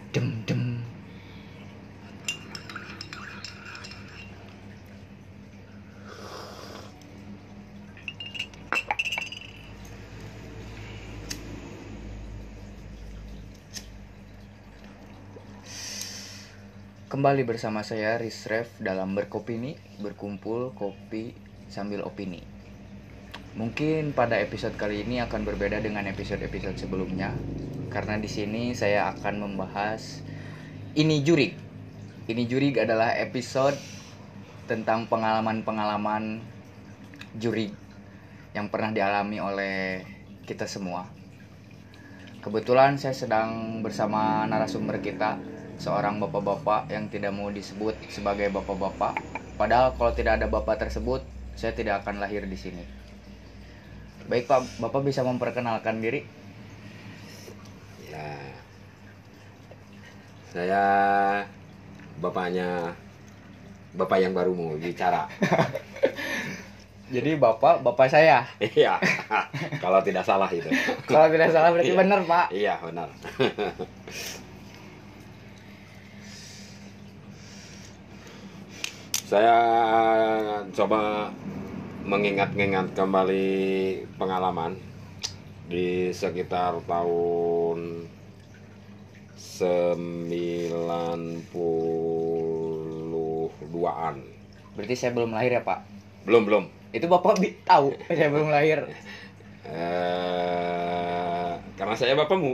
Dem dem. Kembali bersama saya Risref dalam Berkopini, berkumpul kopi sambil opini. Mungkin pada episode kali ini akan berbeda dengan episode-episode sebelumnya, karena di sini saya akan membahas Ini Jurig. Ini Jurig adalah episode tentang pengalaman-pengalaman jurig yang pernah dialami oleh kita semua. Kebetulan saya sedang bersama narasumber kita, seorang bapak-bapak yang tidak mau disebut sebagai bapak-bapak. Padahal kalau tidak ada bapak tersebut, saya tidak akan lahir di sini. Baik Pak, Bapak bisa memperkenalkan diri? Ya, saya bapak yang baru mau bicara. Jadi bapak saya. Iya, kalau tidak salah itu. Kalau tidak salah berarti Iya. benar Pak. Iya, benar. Saya coba mengingat-ingat kembali pengalaman di sekitar tahun 92-an. Berarti saya belum lahir ya Pak? Belum. Itu Bapak tahu saya belum lahir. Karena saya bapakmu.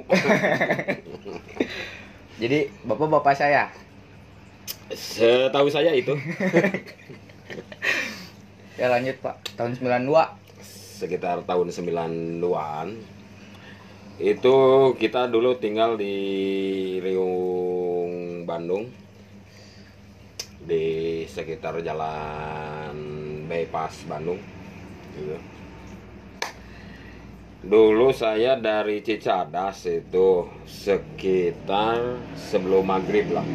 Jadi bapak saya. Setahu saya itu Ya lanjut Pak, tahun 92. sekitar tahun 92-an. Itu kita dulu tinggal di Riung, Bandung, di sekitar jalan Bypass Bandung gitu. Dulu saya dari Cicadas itu sekitar sebelum maghrib lah.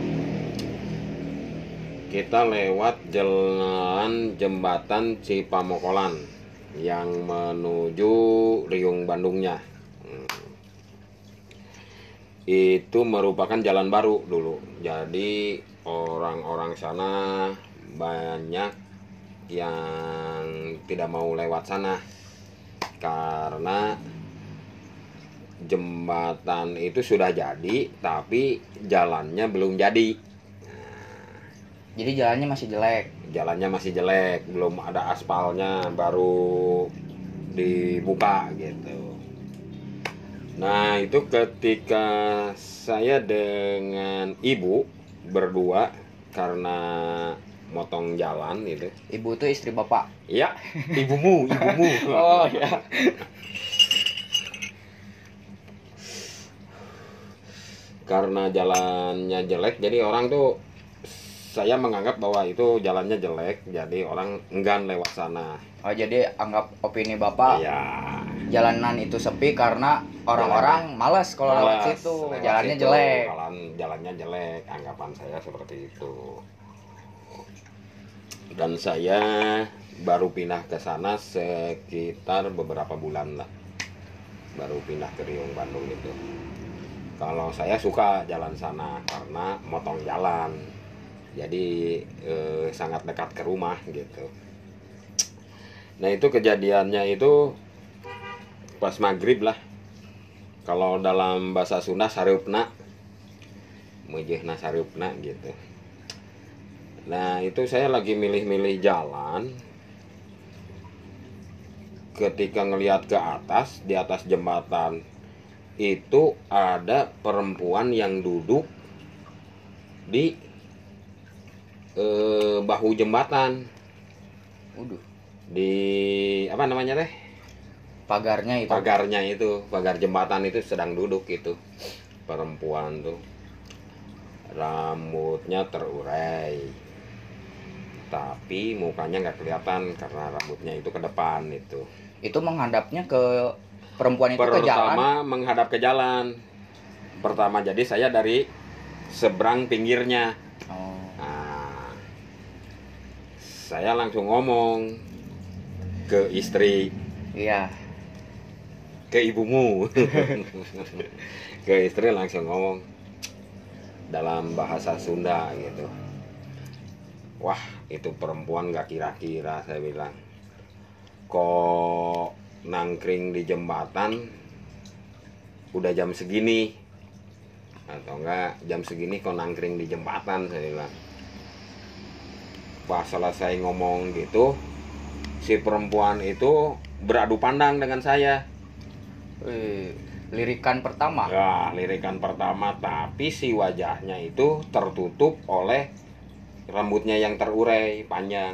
Kita lewat jalan jembatan Cipamokolan yang menuju Riung Bandungnya. Itu merupakan jalan baru dulu. Jadi orang-orang sana banyak yang tidak mau lewat sana karena jembatan itu sudah jadi tapi jalannya belum jadi. Jadi jalannya masih jelek. Jalannya masih jelek, belum ada aspalnya, baru dibuka gitu. Nah, itu ketika saya dengan ibu berdua karena motong jalan gitu. Ibu itu istri Bapak. Iya, ibumu. Oh ya. Karena jalannya jelek, jadi orang tuh, saya menganggap bahwa itu jalannya jelek, jadi orang enggan lewat sana. Oh jadi anggap opini Bapak, Iya. jalanan itu sepi karena orang-orang malas kalau lewat situ, lewat jalannya situ. jelek. Jalannya jelek, anggapan saya seperti itu. Dan saya baru pindah ke sana sekitar beberapa bulan lah. Baru pindah ke Riung Bandung itu. Kalau saya suka jalan sana karena motong jalan. Jadi sangat dekat ke rumah gitu. Nah, itu kejadiannya itu pas maghrib lah. Kalau dalam bahasa Sunda sareupna, mejehna sareupna gitu. Nah, itu saya lagi milih-milih jalan. Ketika ngelihat ke atas, di atas jembatan itu ada perempuan yang duduk di bahu jembatan. Waduh, Di apa namanya teh? pagarnya itu. Pagar jembatan itu sedang duduk itu. Perempuan tuh. Rambutnya terurai. Tapi mukanya nggak kelihatan karena rambutnya itu ke depan itu. Itu menghadapnya ke perempuan itu ke jalan. Pertama menghadap ke jalan. Pertama, jadi saya dari seberang pinggirnya. Oh. Nah, saya langsung ngomong ke istri, Iya. ke ibumu. Ke istri langsung ngomong, dalam bahasa Sunda gitu. Wah, itu perempuan gak kira-kira, saya bilang. Kok nangkring di jembatan udah jam segini, atau enggak jam segini kok nangkring di jembatan, saya bilang. Pas selesai ngomong gitu, si perempuan itu beradu pandang dengan saya. Wih, lirikan pertama. Ya, lirikan pertama, tapi si wajahnya itu tertutup oleh rambutnya yang terurai panjang.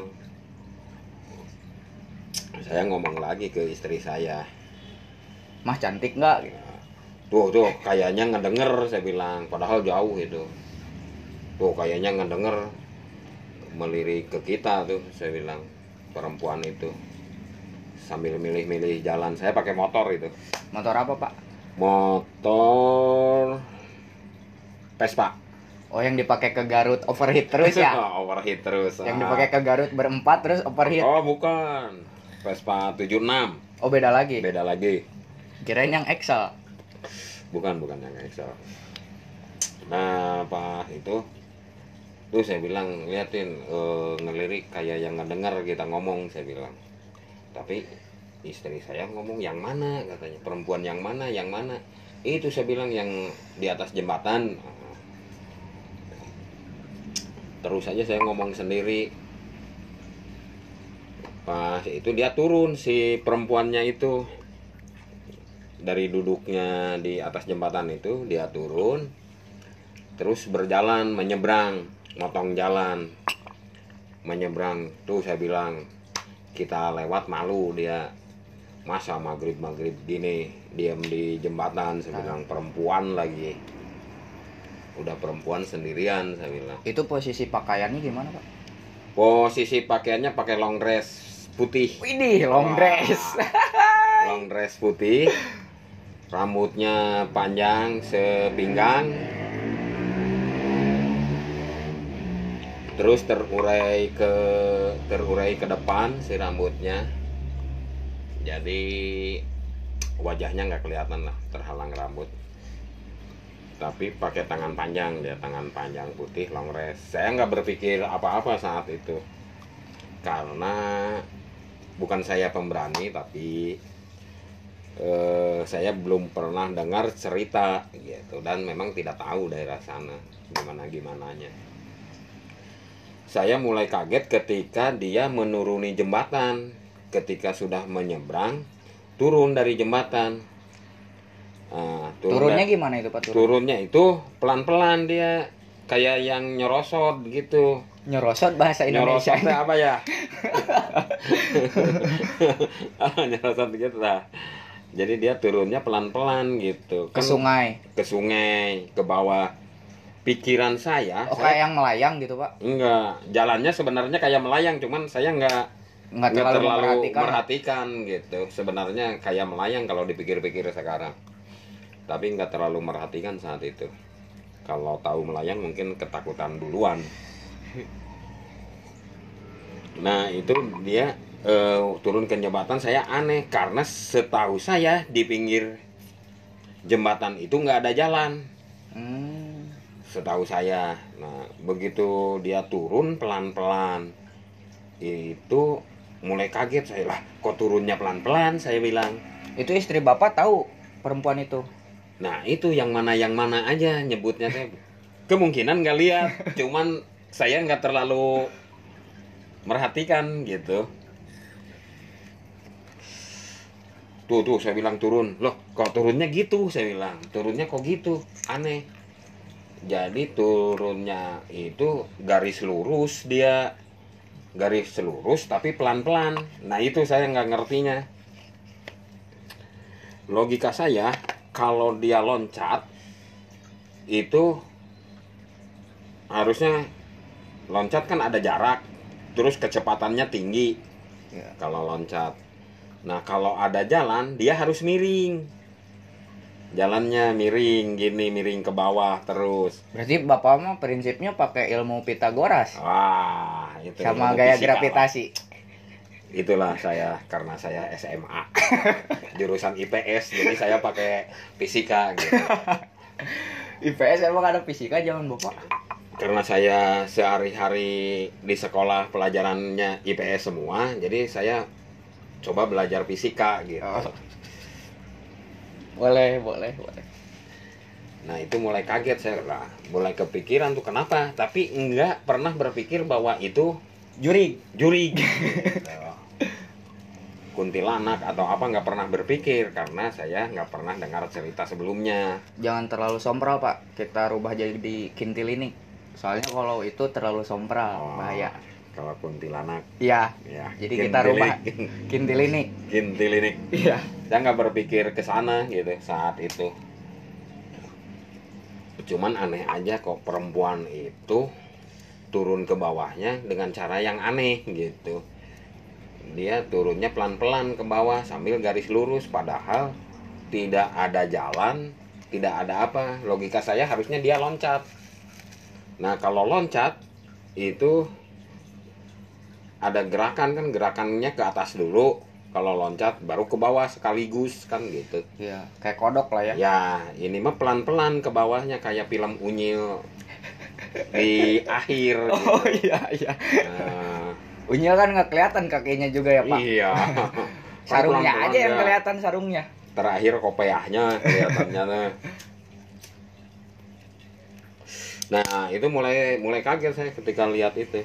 Saya ngomong lagi ke istri saya, Mah cantik nggak? tuh kayaknya ngedenger, saya bilang, padahal jauh itu. Tuh kayaknya ngedenger, melirik ke kita tuh, saya bilang, perempuan itu sambil milih-milih jalan. Saya pakai motor itu. Motor apa pak? Motor Vespa. Oh yang dipakai ke Garut overheat terus ya? Overheat terus. Yang dipakai ke Garut berempat terus overheat? Oh bukan, Vespa 76. Oh beda lagi? Beda lagi. Kirain yang Excel. Bukan yang Excel. Nah pas itu tuh saya bilang, liatin, ngelirik kayak yang ngedenger kita ngomong, saya bilang. Tapi istri saya ngomong, yang mana, katanya, perempuan yang mana, itu saya bilang yang di atas jembatan. Terus aja saya ngomong sendiri. Pas itu dia turun, si perempuannya itu dari duduknya di atas jembatan itu, dia turun terus berjalan menyeberang, motong jalan menyeberang. Tuh saya bilang, kita lewat malu dia, masa maghrib gini diam di jembatan. Saya bilang, perempuan lagi, udah perempuan sendirian, saya bilang. Itu posisi pakaiannya gimana pak? Posisi pakaiannya pakai long dress putih. Widih, long dress. Long dress putih, rambutnya panjang sepinggang, terus terurai ke depan si rambutnya, jadi wajahnya nggak kelihatan lah, terhalang rambut. Tapi pakai tangan panjang, dia tangan panjang putih long dress. Saya nggak berpikir apa-apa saat itu, karena bukan saya pemberani, tapi saya belum pernah dengar cerita gitu, dan memang tidak tahu daerah sana gimananya. Saya mulai kaget ketika dia menuruni jembatan. Ketika sudah menyeberang, turun dari jembatan. Turunnya gimana itu pak? Turunnya itu pelan-pelan, dia kayak yang nyerosot gitu. Nyerosot bahasa Indonesia. Nyerosot apa ya? Nyerosot gitu lah. Jadi dia turunnya pelan-pelan gitu. Ke sungai. Ke sungai, ke bawah. Pikiran saya, kayak yang melayang gitu pak? Enggak, jalannya sebenarnya kayak melayang, cuman saya enggak terlalu merhatikan gitu. Sebenarnya kayak melayang kalau dipikir-pikir sekarang, tapi enggak terlalu merhatikan saat itu. Kalau tahu melayang mungkin ketakutan duluan. Nah itu dia turun ke jembatan. Saya aneh, karena setahu saya di pinggir jembatan itu enggak ada jalan. Setahu saya. Nah begitu dia turun pelan-pelan, itu mulai kaget saya, lah kok turunnya pelan-pelan, saya bilang. Itu istri bapak tahu perempuan itu? Nah itu yang mana aja nyebutnya, saya kemungkinan nggak lihat, cuman saya nggak terlalu merhatikan gitu. Tuh saya bilang, turun, loh kok turunnya gitu, saya bilang, turunnya kok gitu, aneh. Jadi turunnya itu garis lurus, dia garis lurus tapi pelan-pelan. Nah itu saya nggak ngertinya. Logika saya, kalau dia loncat itu harusnya loncat kan ada jarak, terus kecepatannya tinggi ya, kalau loncat. Nah kalau ada jalan, dia harus miring, jalannya miring gini, miring ke bawah terus. Berarti bapak mah prinsipnya pakai ilmu Pitagoras. Wah, itu sama gaya gravitasi. Itulah saya, karena saya SMA jurusan IPS, jadi saya pakai fisika gitu. IPS emang ada fisika zaman Bapak? Karena saya sehari-hari di sekolah pelajarannya IPS semua, jadi saya coba belajar fisika gitu. Oh. Boleh. Nah itu mulai kaget saya lah, mulai kepikiran tuh kenapa, tapi enggak pernah berpikir bahwa itu Jurig. jurig. Kuntilanak atau apa nggak pernah berpikir karena saya nggak pernah dengar cerita sebelumnya. Jangan terlalu sompral Pak, kita rubah jadi kintilinik. Soalnya kalau itu terlalu sompral, bahaya. Kalau kuntilanak. Iya. Ya. Jadi kita rubah kintilinik. Kintilinik. Iya. Saya nggak berpikir ke sana gitu saat itu. Cuman aneh aja kok perempuan itu turun ke bawahnya dengan cara yang aneh gitu. Dia turunnya pelan-pelan ke bawah sambil garis lurus, padahal tidak ada jalan, tidak ada apa. Logika saya harusnya dia loncat. Nah kalau loncat itu ada gerakan kan, gerakannya ke atas dulu. Kalau loncat baru ke bawah sekaligus kan gitu. Iya, kayak kodok lah ya. Ya ini mah pelan-pelan ke bawahnya kayak film Unyil di akhir. Oh gitu. iya. Nah, Unyil kan nggak kelihatan kakinya juga ya Pak. iya. Sarungnya Pelan-pelan aja yang dia. kelihatan sarungnya. Terakhir kopiahnya kelihatannya. Nah itu mulai kaget saya ketika lihat itu.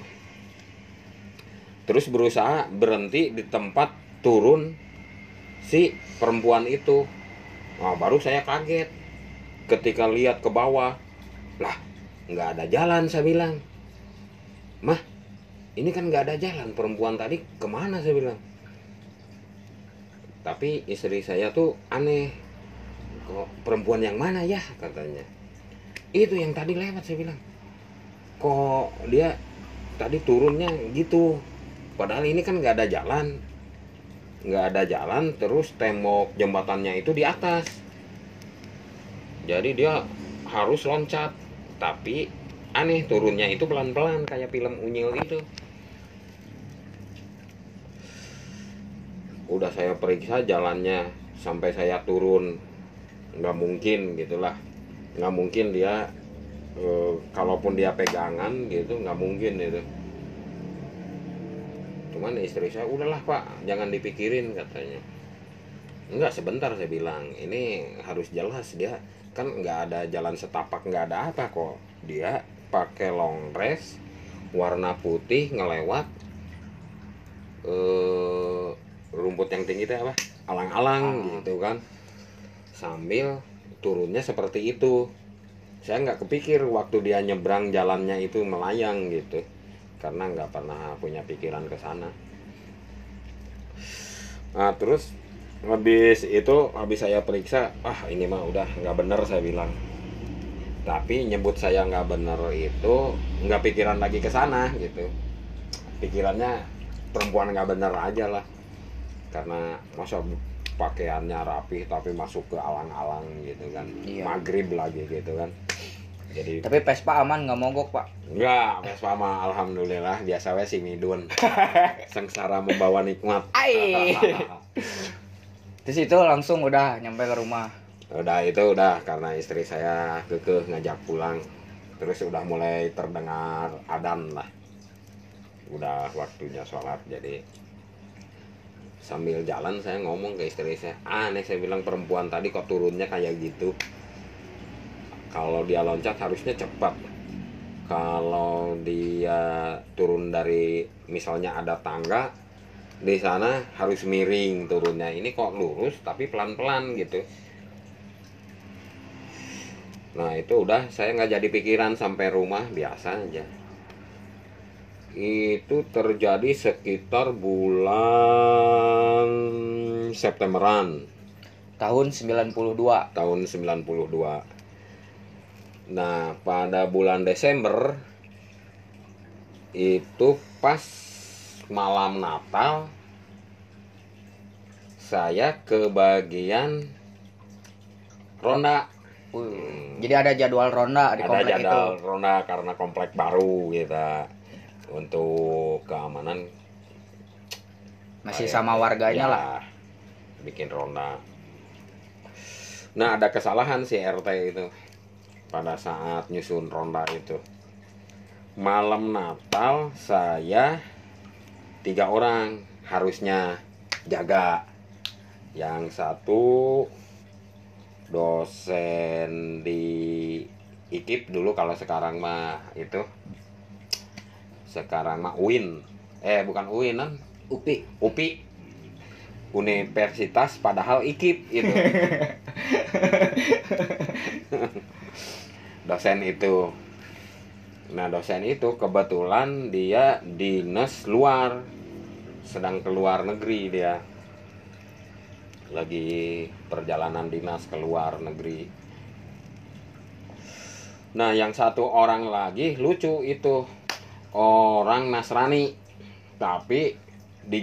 Terus berusaha berhenti di tempat turun si perempuan itu. Nah, baru saya kaget ketika lihat ke bawah. Lah, nggak ada jalan, saya bilang. Mah, ini kan nggak ada jalan. Perempuan tadi kemana, saya bilang. Tapi istri saya tuh aneh. Kok perempuan yang mana ya, katanya. Itu yang tadi lewat, saya bilang. Kok dia tadi turunnya gitu. Padahal ini kan nggak ada jalan. Nggak ada jalan, terus tembok jembatannya itu di atas. Jadi dia harus loncat. Tapi aneh turunnya itu pelan-pelan kayak film Unyil itu. Udah saya periksa jalannya sampai saya turun, nggak mungkin gitulah. Nggak mungkin dia kalaupun dia pegangan gitu nggak mungkin itu. Cuman istri saya, udahlah Pak, jangan dipikirin, katanya. Enggak, sebentar, saya bilang. Ini harus jelas, dia kan nggak ada jalan setapak, nggak ada apa kok. Dia pakai long dress warna putih ngelewat rumput yang tinggi itu apa? Alang-alang gitu kan. Sambil turunnya seperti itu. Saya nggak kepikir waktu dia nyebrang jalannya itu melayang gitu. Karena nggak pernah punya pikiran ke sana. Nah terus habis saya periksa, ini mah udah nggak bener, saya bilang. Tapi nyebut saya nggak bener itu nggak pikiran lagi ke sana gitu. Pikirannya perempuan nggak bener aja lah. Karena masa pakaiannya rapi tapi masuk ke alang-alang gitu kan. Iya. Maghrib lagi gitu kan. Jadi Tapi Vespa aman nggak mogok Pak? enggak, Vespa mah alhamdulillah biasa we si Midun. Sengsara membawa nikmat. Ai. Terus itu langsung udah nyampe ke rumah. Udah karena istri saya kekeh ngajak pulang. Terus udah mulai terdengar adzan lah. Udah waktunya sholat, jadi sambil jalan saya ngomong ke istri saya, aneh, saya bilang, perempuan tadi kok turunnya kayak gitu. Kalau dia loncat harusnya cepat. Kalau dia turun dari misalnya ada tangga di sana harus miring turunnya. Ini kok lurus tapi pelan-pelan gitu. Nah itu udah saya nggak jadi pikiran sampai rumah biasa aja. Itu terjadi sekitar bulan Septemberan Tahun 92. tahun 92. Nah, pada bulan Desember itu pas malam Natal saya ke bagian ronda. Jadi ada jadwal ronda di Ada komplek itu. jadwal ronda karena komplek baru kita untuk keamanan Masih kayak, sama warganya ya, lah. bikin ronda. Nah, ada kesalahan si RT itu. pada saat nyusun ronda itu. Malam Natal saya 3 orang harusnya jaga. Yang satu dosen di IKIP dulu, kalau sekarang mah itu, sekarang mah UIN, bukan UIN kan, UPI, Universitas padahal IKIP itu. Dosen itu. Nah, dosen itu kebetulan dia dinas luar, sedang ke luar negeri dia. Lagi perjalanan dinas ke luar negeri. Nah, yang satu orang lagi lucu itu, orang Nasrani, tapi di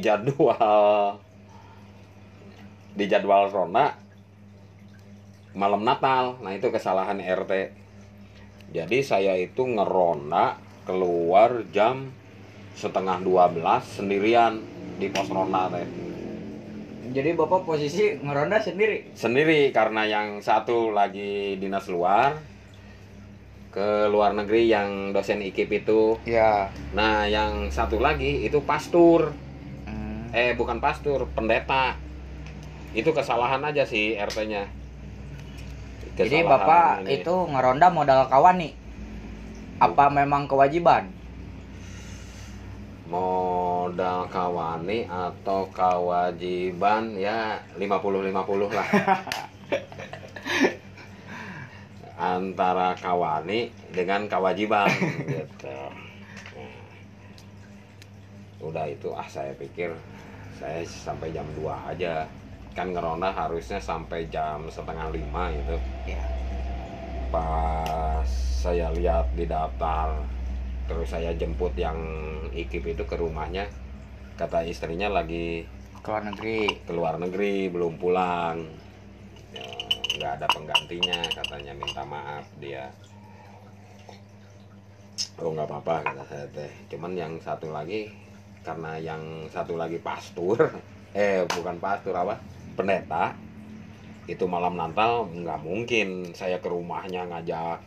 jadwal ronda malam Natal. Nah, itu kesalahan RT. Jadi saya itu ngeronda keluar jam setengah 12 sendirian di pos ronda teh. Jadi Bapak posisi ngeronda sendiri? Sendiri, karena yang satu lagi dinas luar, ke luar negeri, yang dosen IKIP itu. Ya. Nah, yang satu lagi itu pastur. Bukan pastur, pendeta. Itu kesalahan aja sih RT-nya. Jadi Bapak ini itu ngeronda modal kawan nih? Apa memang kewajiban? Modal kawani atau kewajiban ya 50-50 lah. Antara kawani dengan kewajiban gitu. Udah itu saya pikir saya sampai jam 2 aja. Kan ngeronda harusnya sampai jam setengah 5 itu. Ya. Pas saya lihat di daftar, terus saya jemput yang IKIP itu ke rumahnya, kata istrinya lagi ke luar negeri belum pulang, ya, nggak ada penggantinya, katanya minta maaf dia. Oh, nggak apa-apa kata saya teh, cuman yang satu lagi, karena yang satu lagi pastur, bukan pastur, apa, pendeta, itu malam Natal nggak mungkin saya ke rumahnya ngajak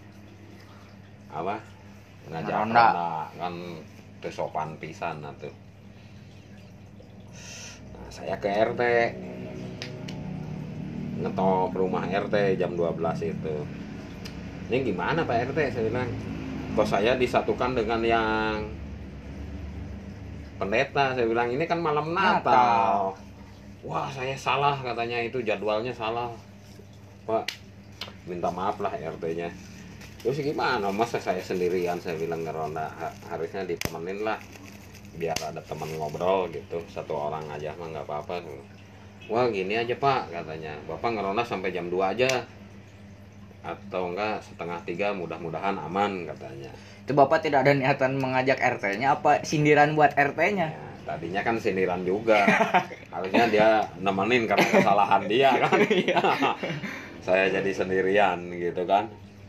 ronda, kan itu sopan pisan atuh. Nah, saya ke RT, ngetok rumah RT jam 12 itu. Ini gimana Pak RT, saya bilang, kok saya disatukan dengan yang pendeta, saya bilang, ini kan malam Natal. Wah, saya salah katanya, itu jadwalnya salah Pak, minta maaf lah RT-nya. Terus gimana, masa saya sendirian, saya bilang ngeronda, harusnya ditemenin lah, biar ada teman ngobrol gitu, satu orang aja mah nggak apa-apa. Wah, gini aja Pak katanya, Bapak ngeronda sampai jam 2 aja, atau enggak setengah 3, mudah-mudahan aman katanya. Itu Bapak tidak ada niatan mengajak RT-nya, apa sindiran buat RT-nya? Ya, tadinya kan sindiran juga. Harusnya dia nemenin karena kesalahan dia kan. Saya jadi sendirian gitu kan.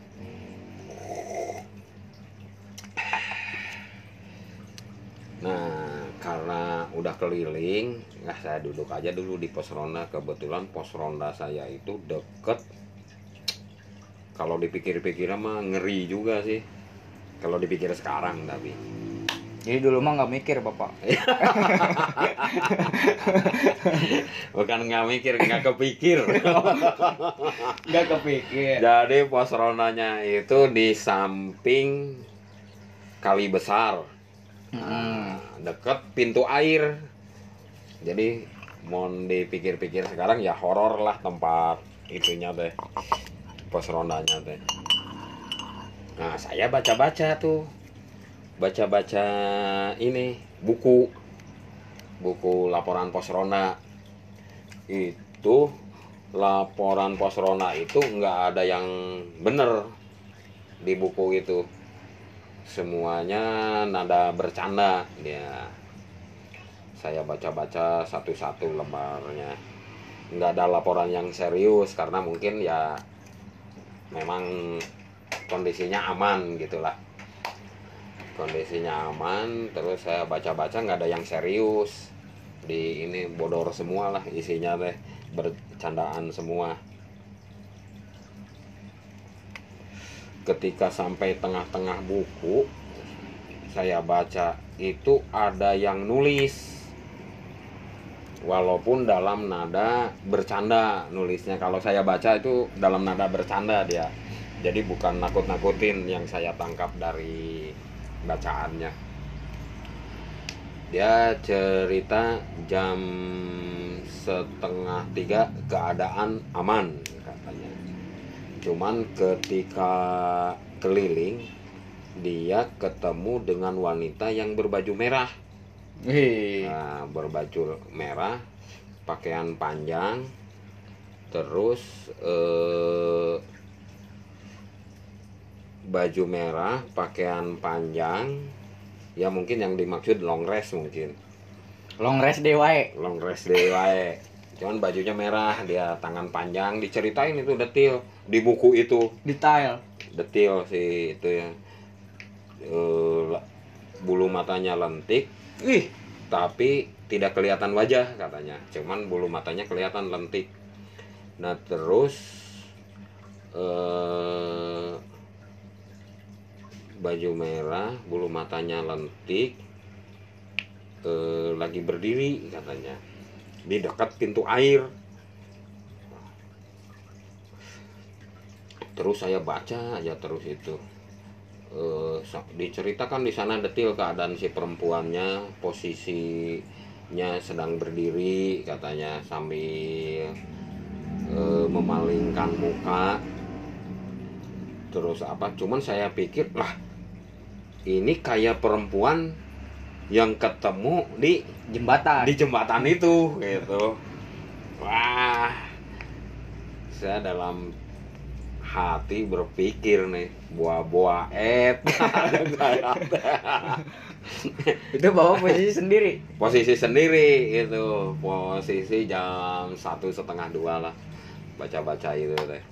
Nah, karena udah keliling, saya duduk aja dulu di pos ronda. Kebetulan pos ronda saya itu deket. Kalau dipikir-pikir mah ngeri juga sih. Kalau dipikir sekarang tapi. Jadi dulu mah nggak mikir Bapak? Bukan nggak mikir, nggak kepikir. Nggak kepikir. Jadi pos rondanya itu di samping kali besar. Nah, deket pintu air. Jadi mau dipikir-pikir sekarang ya horor lah tempat itunya teh, pos rondanya teh. Nah, saya baca-baca ini buku laporan pos ronda. Itu laporan pos ronda itu nggak ada yang bener di buku itu, semuanya nada bercanda dia. Saya baca-baca satu-satu lembarnya, nggak ada laporan yang serius, karena mungkin ya memang kondisinya aman gitulah, kondisinya aman. Terus saya baca-baca nggak ada yang serius di ini, bodor semua lah isinya teh, bercandaan semua. ketika sampai tengah-tengah buku saya baca itu ada yang nulis, walaupun dalam nada bercanda nulisnya. Kalau saya baca itu dalam nada bercanda dia, jadi bukan nakut-nakutin yang saya tangkap dari bacaannya. Dia cerita jam 2:30 keadaan aman katanya, cuman ketika keliling dia ketemu dengan wanita yang berbaju merah. Nah, berbaju merah, pakaian panjang, terus baju merah, pakaian panjang, ya mungkin yang dimaksud long rest mungkin. Long rest deh wae. Long rest deh wae. Cuman bajunya merah, dia tangan panjang, diceritain itu detil di buku itu. Detail. Detil sih itu ya. Bulu matanya lentik. Tapi tidak kelihatan wajah katanya, cuman bulu matanya kelihatan lentik. Nah terus baju merah, bulu matanya lentik, lagi berdiri katanya di dekat pintu air. Terus saya baca aja terus itu. Diceritakan di sana detil keadaan si perempuannya, posisinya sedang berdiri katanya sambil memalingkan muka. Terus apa? Cuman saya pikir lah ini kayak perempuan yang ketemu di jembatan itu gitu. Wah, saya dalam hati berpikir nih, buah-buah Itu bawa posisi sendiri itu, posisi jam 1:30 lah baca-baca itu teh.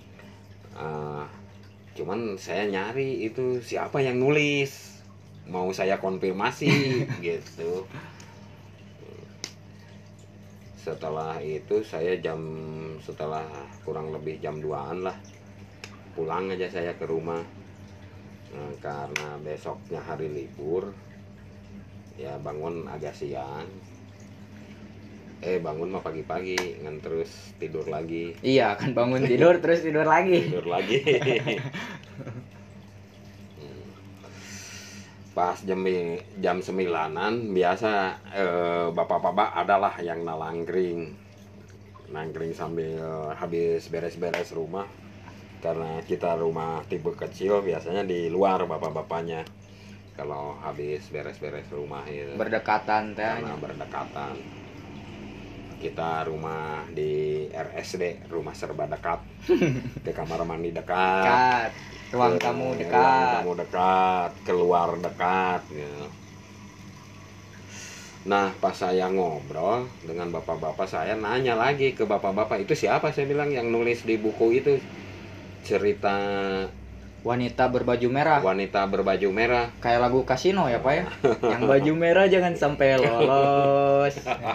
Cuman saya nyari itu siapa yang nulis, mau saya konfirmasi gitu. Setelah itu saya setelah kurang lebih jam 2-an lah pulang aja saya ke rumah. Nah, karena besoknya hari libur ya bangun agak siang. Bangun mah pagi-pagi, ngan terus tidur lagi. Iya, kan bangun tidur terus tidur lagi. Pas jam 9-an biasa bapak-bapak adalah yang nangkring sambil habis beres-beres rumah, karena kita rumah tipe kecil biasanya di luar bapak-bapaknya kalau habis beres-beres rumah itu. Berdekatan karena berdekatan. Kita rumah di RSD, rumah serba dekat. Ke kamar mandi dekat. Ruang tamu dekat, keluar dekat gitu. Nah pas saya ngobrol dengan bapak-bapak, saya nanya lagi ke bapak-bapak, itu siapa? Saya bilang yang nulis di buku itu cerita wanita berbaju merah. Kayak lagu Kasino ya Pak ya. Yang baju merah jangan sampai lolos.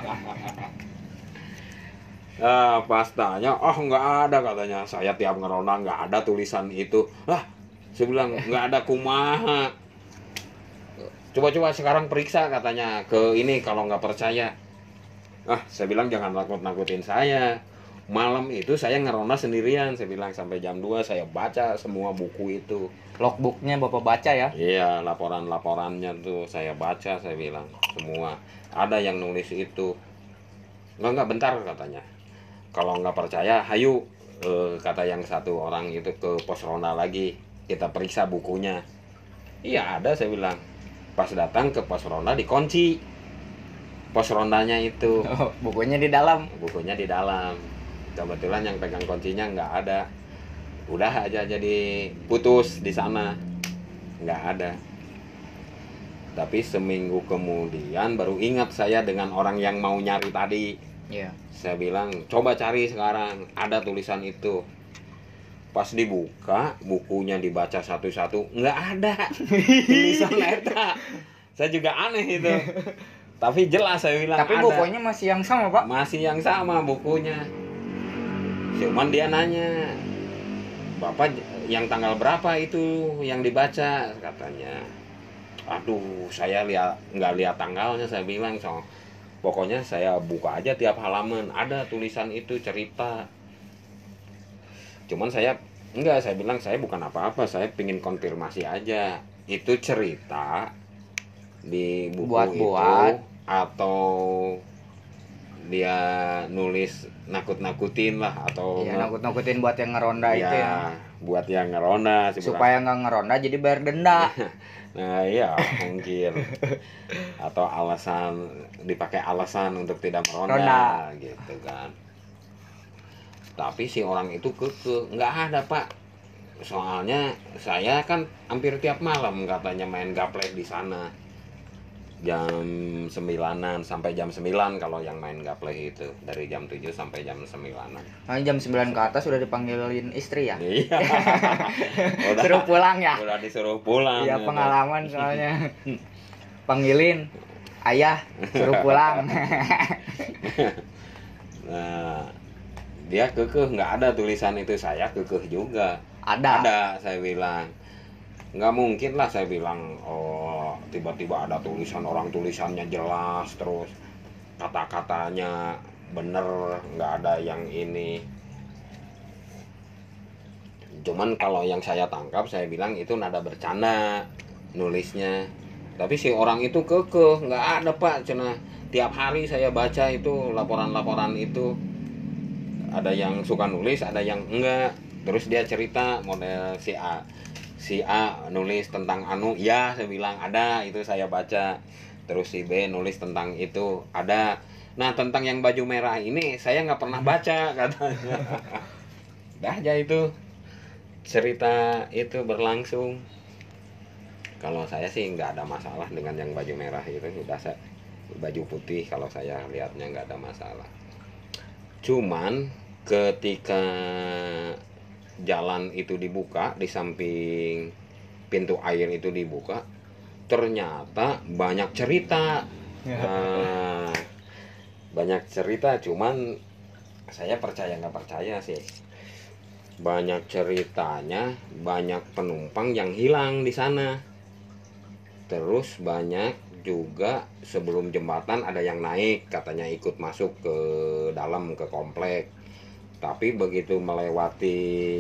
Pas tanya, nggak ada katanya. Saya tiap ngerona nggak ada tulisan itu. Saya bilang nggak ada kumaha. Coba sekarang periksa katanya ke ini kalau nggak percaya. Saya bilang jangan nakut-nakutin saya. Malam itu saya ngerona sendirian. Saya bilang sampai jam 2 saya baca semua buku itu. Logbooknya Bapak baca ya? Iya, laporannya tuh saya baca. Saya bilang semua. Ada yang nulis itu. Enggak bentar katanya. Kalau nggak percaya, hayu, kata yang satu orang itu ke pos ronda lagi, kita periksa bukunya. Iya ada, saya bilang. Pas datang ke pos ronda dikunci pos rondanya itu. Bukunya di dalam. Kebetulan yang pegang kuncinya nggak ada. Udah aja jadi putus di sana, nggak ada. Tapi seminggu kemudian baru ingat saya dengan orang yang mau nyari tadi. Iya. Saya bilang coba cari sekarang, ada tulisan itu. Pas dibuka bukunya, dibaca satu-satu, nggak ada tulisan eta. Saya juga aneh itu. Tapi jelas saya bilang tapi ada. bukunya masih yang sama Pak? Masih yang sama bukunya. Cuman dia nanya, Bapak yang tanggal berapa itu yang dibaca, katanya. Aduh, saya nggak lihat tanggalnya, saya bilang. Pokoknya saya buka aja tiap halaman, ada tulisan itu, cerita. Cuman saya bilang saya bukan apa-apa, saya pingin konfirmasi aja. Itu cerita di buku Buat-buat. itu atau dia nulis nakut-nakutin lah, atau Iya, nakut-nakutin buat yang ngeronda ya, itu ya. buat yang ngeronda Supaya nggak ngeronda jadi bayar denda. Nah iya mungkin, atau dipakai alasan untuk tidak meronda gitu kan. Tapi si orang itu kekeh, nggak ada Pak. Soalnya saya kan hampir tiap malam katanya main gaplek di sana. Jam 9-an sampai jam 9 kalau yang main gaplek itu. Dari jam 7 sampai jam 9-an. Nah, jam 9 ke atas sudah dipanggilin istri ya? Iya. Suruh pulang ya? Udah disuruh pulang. Iya, pengalaman soalnya. Panggilin ayah, suruh pulang. Nah, dia kekeh, nggak ada tulisan itu. Saya kekeh juga. Ada, saya bilang. Nggak mungkin lah, saya bilang. Oh, tiba-tiba ada tulisan, orang tulisannya jelas, terus kata-katanya bener, nggak ada yang ini. Cuman kalau yang saya tangkap, saya bilang itu nada bercanda nulisnya. Tapi si orang itu kekeh, nggak ada Pak. Cina tiap hari saya baca itu laporan-laporan itu. Ada yang suka nulis, ada yang enggak. Terus dia cerita model si A nulis tentang anu, ya saya bilang ada, itu saya baca. Terus si B nulis tentang itu, ada. Nah tentang yang baju merah ini saya nggak pernah baca, katanya. Dah aja itu cerita itu berlangsung. Kalau saya sih nggak ada masalah dengan yang baju merah itu, udah baju putih kalau saya lihatnya nggak ada masalah. Cuman ketika jalan itu dibuka, di samping pintu air itu dibuka, ternyata banyak cerita. Banyak cerita, cuman saya percaya nggak percaya sih. Banyak ceritanya, banyak penumpang yang hilang di sana. Terus banyak juga sebelum jembatan ada yang naik, katanya ikut masuk ke dalam, ke komplek. Tapi begitu melewati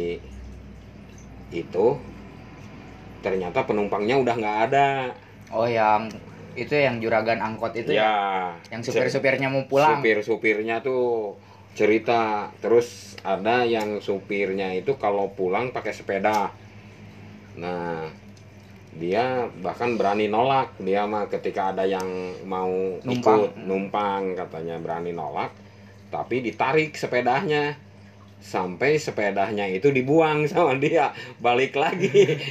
itu, ternyata penumpangnya udah nggak ada. Oh, yang itu yang juragan angkot itu ya? Yang supir-supirnya mau pulang. Supir-supirnya tuh cerita. Terus ada yang supirnya itu kalau pulang pakai sepeda. Nah, dia bahkan berani nolak. Dia mah ketika ada yang mau ikut numpang, katanya berani nolak. Tapi ditarik sepedanya. Sampai sepedanya itu dibuang sama dia, balik lagi.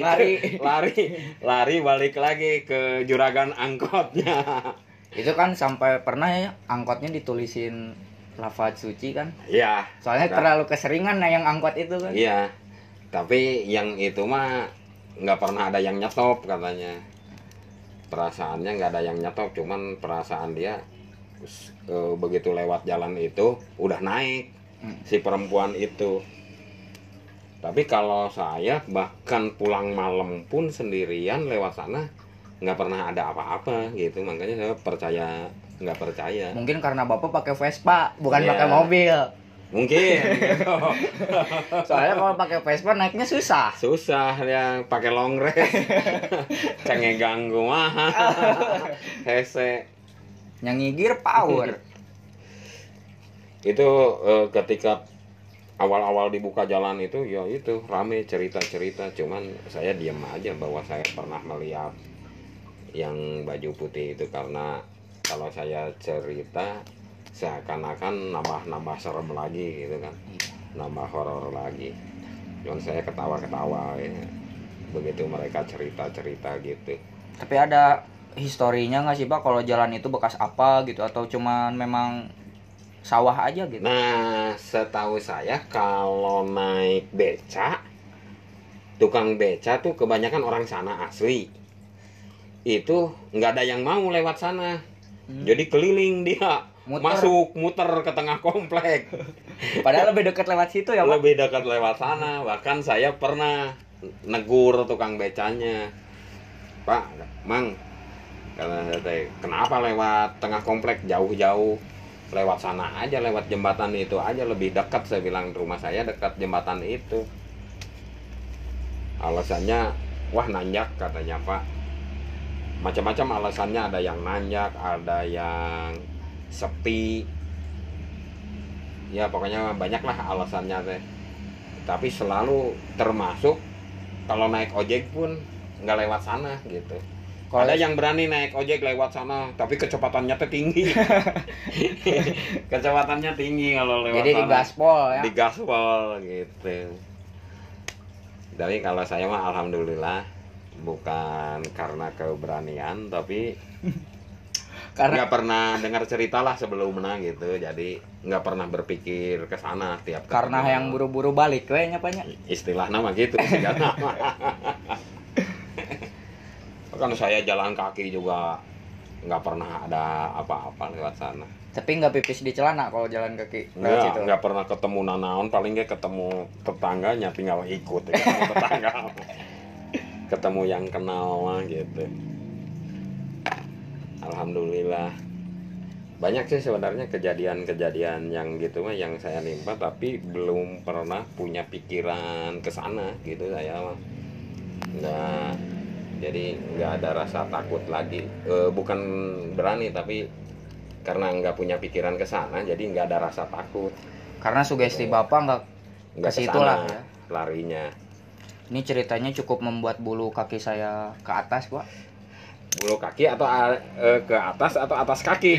lari balik lagi ke juragan angkotnya. Itu kan sampai pernah ya angkotnya ditulisin lafaz suci kan? Iya. Soalnya terlalu keseringan nah yang angkot itu kan. Iya. Tapi yang itu mah nggak pernah ada yang nyetop, katanya. Perasaannya nggak ada yang nyetop, cuman perasaan dia begitu lewat jalan itu udah naik. Si perempuan itu. Tapi kalau saya bahkan pulang malam pun sendirian lewat sana nggak pernah ada apa-apa gitu. Makanya saya nggak percaya. Mungkin karena bapak pakai Vespa, bukan pakai mobil. Mungkin. Gitu. Soalnya kalau pakai Vespa naiknya susah Ya, pakai long race. Cenge ganggu mah. Hese. Nyangigir power. Itu ketika awal-awal dibuka jalan itu, ya itu rame cerita-cerita. Cuman saya diam aja bahwa saya pernah melihat yang baju putih itu, karena kalau saya cerita seakan-akan nambah serem lagi gitu kan, nambah horor lagi. Cuman saya ketawa-ketawa ya, begitu mereka cerita-cerita gitu. Tapi ada historinya nggak sih Pak kalau jalan itu bekas apa gitu, atau cuman memang sawah aja gitu? Nah, setahu saya kalau naik beca, tukang beca tuh kebanyakan orang sana asli. Itu nggak ada yang mau lewat sana. Jadi keliling dia, muter ke tengah komplek. Padahal lebih dekat lewat situ ya, Pak. Lebih dekat lewat sana. Bahkan saya pernah negur tukang becanya, Pak, Mang, karena kenapa lewat tengah komplek jauh-jauh, lewat sana aja, lewat jembatan itu aja lebih dekat. Saya bilang rumah saya dekat jembatan itu. Alasannya, wah nanjak katanya Pak. Macam-macam alasannya, ada yang nanjak, ada yang sepi. Ya pokoknya banyak lah alasannya teh. Tapi selalu termasuk kalau naik ojek pun nggak lewat sana gitu. Ada yang berani naik ojek lewat sana, tapi kecepatannya tuh tinggi. Kecepatannya tinggi kalau lewat Jadi sana. di gaspol ya. Di gaspol gitu. Jadi kalau saya mah alhamdulillah bukan karena keberanian, tapi Karena nggak pernah dengar cerita lah sebelumnya gitu. Jadi nggak pernah berpikir ke sana tiap karena ketemu. yang buru-buru balik kayaknya Pak nya. Istilah nama gitu segala. Kan saya jalan kaki juga nggak pernah ada apa-apa lewat sana. Tapi nggak pipis di celana kalau jalan kaki lewat situ. Nggak pernah ketemu nanaon, paling nggak ketemu tetangganya, tinggal ikut ya, ketemu tetangga. Ketemu yang kenal mah gitu. Alhamdulillah. Banyak sih sebenarnya kejadian-kejadian yang gitu mah yang saya nimpa, tapi belum pernah punya pikiran ke sana gitu saya mah. Nggak, jadi nggak ada rasa takut lagi. Bukan berani, tapi karena nggak punya pikiran ke sana, jadi nggak ada rasa takut. Karena sugesti Bapak nggak ke situ kesana lah ya. larinya. Ini ceritanya cukup membuat bulu kaki saya ke atas, Pak. Bulu kaki atau ke atas atau atas kaki?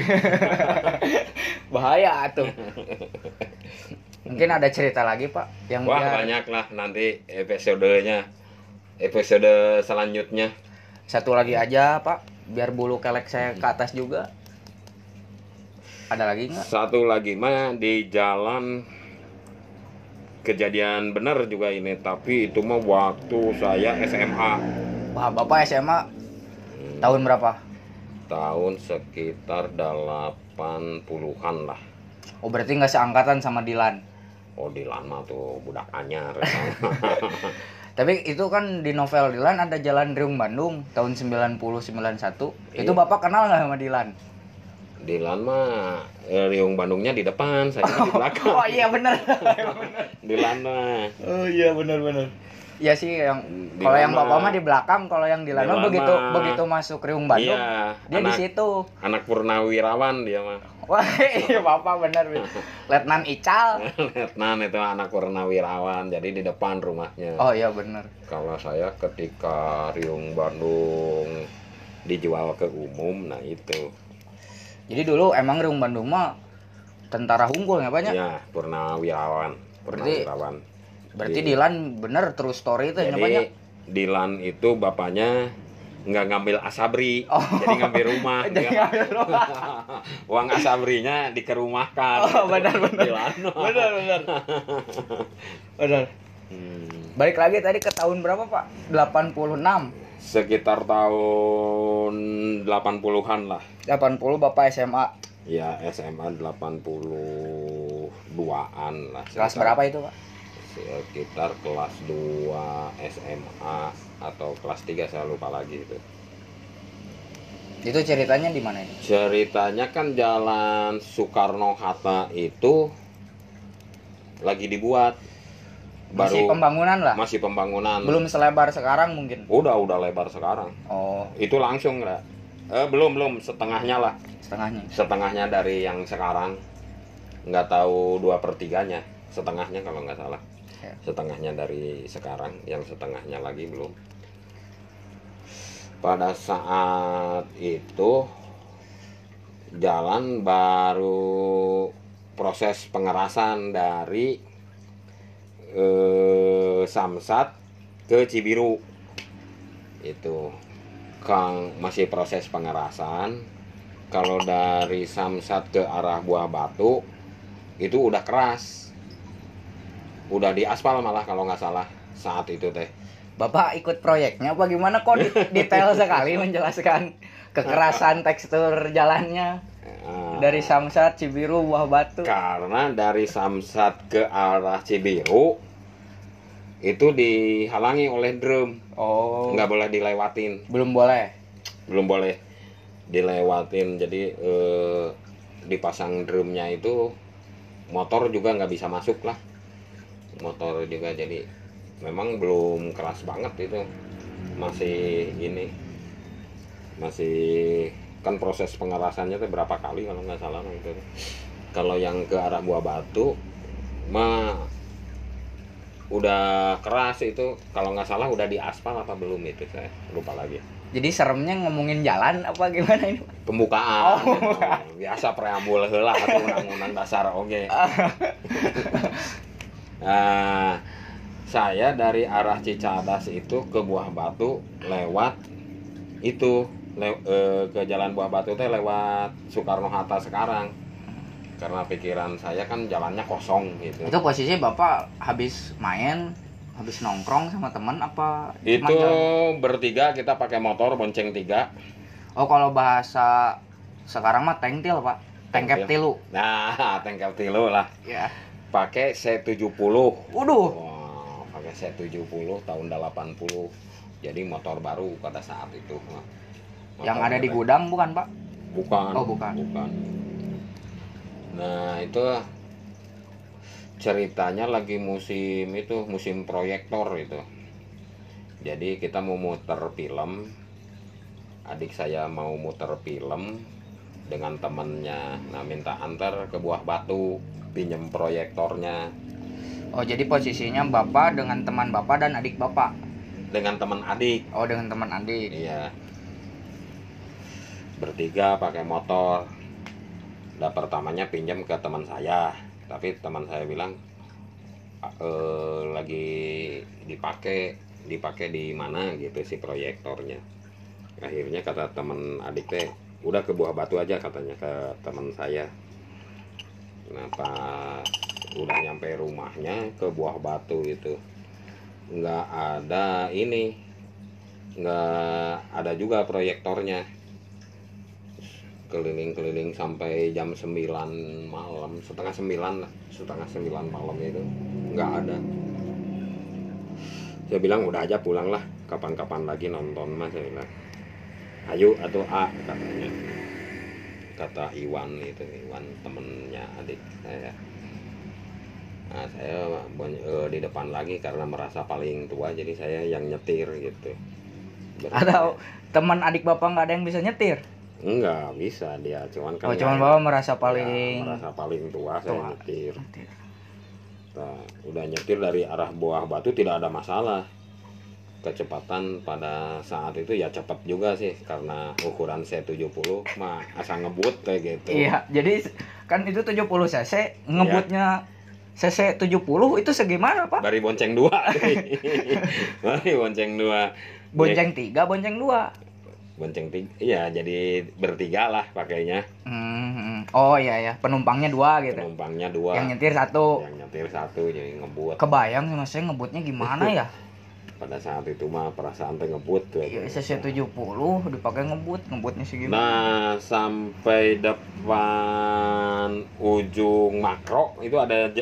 Bahaya tuh. Mungkin ada cerita lagi, Pak, yang Wah, biar banyak lah nanti episodenya. Episode selanjutnya. satu lagi aja, Pak, biar bulu kelek saya ke atas juga. Ada lagi nggak? Satu lagi mah di jalan, kejadian benar juga ini, tapi itu mah waktu saya SMA. Wah, Bapak SMA tahun berapa? Tahun sekitar 80-an lah. Oh, berarti nggak seangkatan sama Dilan. Oh, Dilan mah tuh budak anyar. Tapi itu kan di novel Dilan ada Jalan Riung Bandung tahun 90-91. Itu Iya. Bapak kenal nggak sama Dilan? Dilan mah Riung Bandungnya di depan, saya di belakang. Oh iya bener. Dilan mah. Oh iya bener. Iya sih, yang Dilan kalau yang mah- Bapak mah di belakang, kalau yang Dilan mah Dilan mah- begitu masuk Riung Bandung, Iya, dia di situ. anak purnawirawan dia mah. Wah, iya Bapak bener. Letnan Ical. Letnan itu anak purnawirawan, jadi di depan rumahnya. Oh iya bener. Kalau saya ketika Riung Bandung dijual ke umum, nah itu. Jadi dulu emang Riung Bandung mah tentara unggul ya Pak nya? Ya, purnawirawan. Berarti Dilan bener true story itu ya Pak nya? Jadi Dilan itu bapaknya nggak ngambil asabri, Oh. jadi ngambil rumah. Jadi Dia- ngambil rumah. Uang asabrinya dikerumahkan. Oh benar. Dilan. Benar. Hmm. Balik lagi tadi ke tahun berapa Pak? 86. Sekitar tahun 80-an lah. 80 Bapak SMA. Ya, SMA 82-an lah. Kelas Sekitar- berapa itu Pak? Sekitar kelas 2 SMA atau kelas 3, saya lupa lagi itu. Itu ceritanya di mana ini? Ceritanya kan jalan Soekarno-Hatta itu lagi dibuat. Masih pembangunan lah. Masih pembangunan. Belum selebar sekarang mungkin. Udah lebar sekarang. Oh, Itu langsung lah. Belum setengahnya lah. setengahnya. Setengahnya dari yang sekarang. Nggak tahu 2/3-nya. Setengahnya kalau nggak salah. Ya. Setengahnya dari sekarang, yang setengahnya lagi belum. Pada saat itu jalan baru proses pengerasan dari Samsat ke Cibiru. Itu Kang masih proses pengerasan. Kalau dari Samsat ke arah Buah Batu itu udah keras. Udah diaspal malah kalau nggak salah saat itu teh. Bapak ikut proyeknya apa gimana kok detail sekali menjelaskan kekerasan tekstur jalannya dari Samsat Cibiru Buah Batu. Karena dari Samsat ke arah Cibiru itu dihalangi oleh drum. Oh. Nggak boleh dilewatin. Belum boleh dilewatin. Jadi dipasang drumnya itu motor juga nggak bisa masuk lah. Motor juga jadi memang belum keras banget itu. Masih kan proses pengerasannya tuh berapa kali kalau nggak salah gitu. Kalau yang ke arah Buah Batu mah udah keras itu, kalau nggak salah udah di aspal apa belum itu saya lupa lagi. Jadi seremnya ngomongin jalan apa gimana ini? Pembukaan gitu. Biasa preambul heula atuh undang-undang dasar oge. Nah, saya dari arah Cicadas itu ke Buah Batu lewat itu ke Jalan Buah Batu teh lewat Soekarno Hatta sekarang. Karena pikiran saya kan jalannya kosong gitu. Itu posisi Bapak habis main, habis nongkrong sama teman apa? Itu bertiga, kita pakai motor bonceng 3. Oh, kalau bahasa sekarang mah tengtil, Pak. Tengkep tilu. Nah, tengkep tilu lah. Ya. Pakai C70. Waduh. Wow, pakai C70 tahun 80. Jadi motor baru pada saat itu. Yang ada di gudang bukan, Pak? Bukan. Oh, bukan. Nah, itu ceritanya lagi musim proyektor itu. Jadi kita mau muter film. Adik saya mau muter film dengan temennya. Nah, minta antar ke Buah Batu, pinjem proyektornya. Oh, jadi posisinya Bapak dengan teman Bapak dan adik Bapak? Dengan teman adik. Oh, dengan teman adik. Iya. Bertiga pakai motor. Pertamanya pinjam ke teman saya, tapi teman saya bilang lagi dipakai di mana gitu si proyektornya. Akhirnya kata teman adik teh, udah ke Buah Batu aja katanya ke teman saya. Nah, pas udah nyampe rumahnya ke Buah Batu itu nggak ada juga proyektornya. Keliling-keliling sampai jam 9 malam, setengah 9 malam itu nggak ada. Saya bilang udah aja pulang lah, kapan-kapan lagi nonton mas, saya bilang. Ayo atau katanya, kata Iwan temennya adik saya. Nah, saya di depan lagi karena merasa paling tua, jadi saya yang nyetir gitu. Atau teman adik Bapak nggak ada yang bisa nyetir? Enggak bisa dia, cuman kan Bapak merasa paling tua, saya nyetir. Nah, udah nyetir dari arah Buah Batu tidak ada masalah. Kecepatan pada saat itu ya cepat juga sih, karena ukuran C70 mah asal ngebut kayak gitu. Iya, jadi kan itu 70 cc, ngebutnya cc 70 itu segimana, Pak? Dari bonceng 2. Dari bonceng 2. Bonceng 3, bonceng 2. Bonceng 3, iya, jadi bertiga lah pakainya. Oh iya, penumpangnya 2 gitu. Penumpangnya 2. Yang nyetir 1. Jadi ngebut. Kebayang sih mas, saya ngebutnya gimana ya? Pada saat itu mah perasaan teh ngebut tuh. Iya, CC70 dipakai ngebutnya sih gimana? Nah, sampai depan ujung makro itu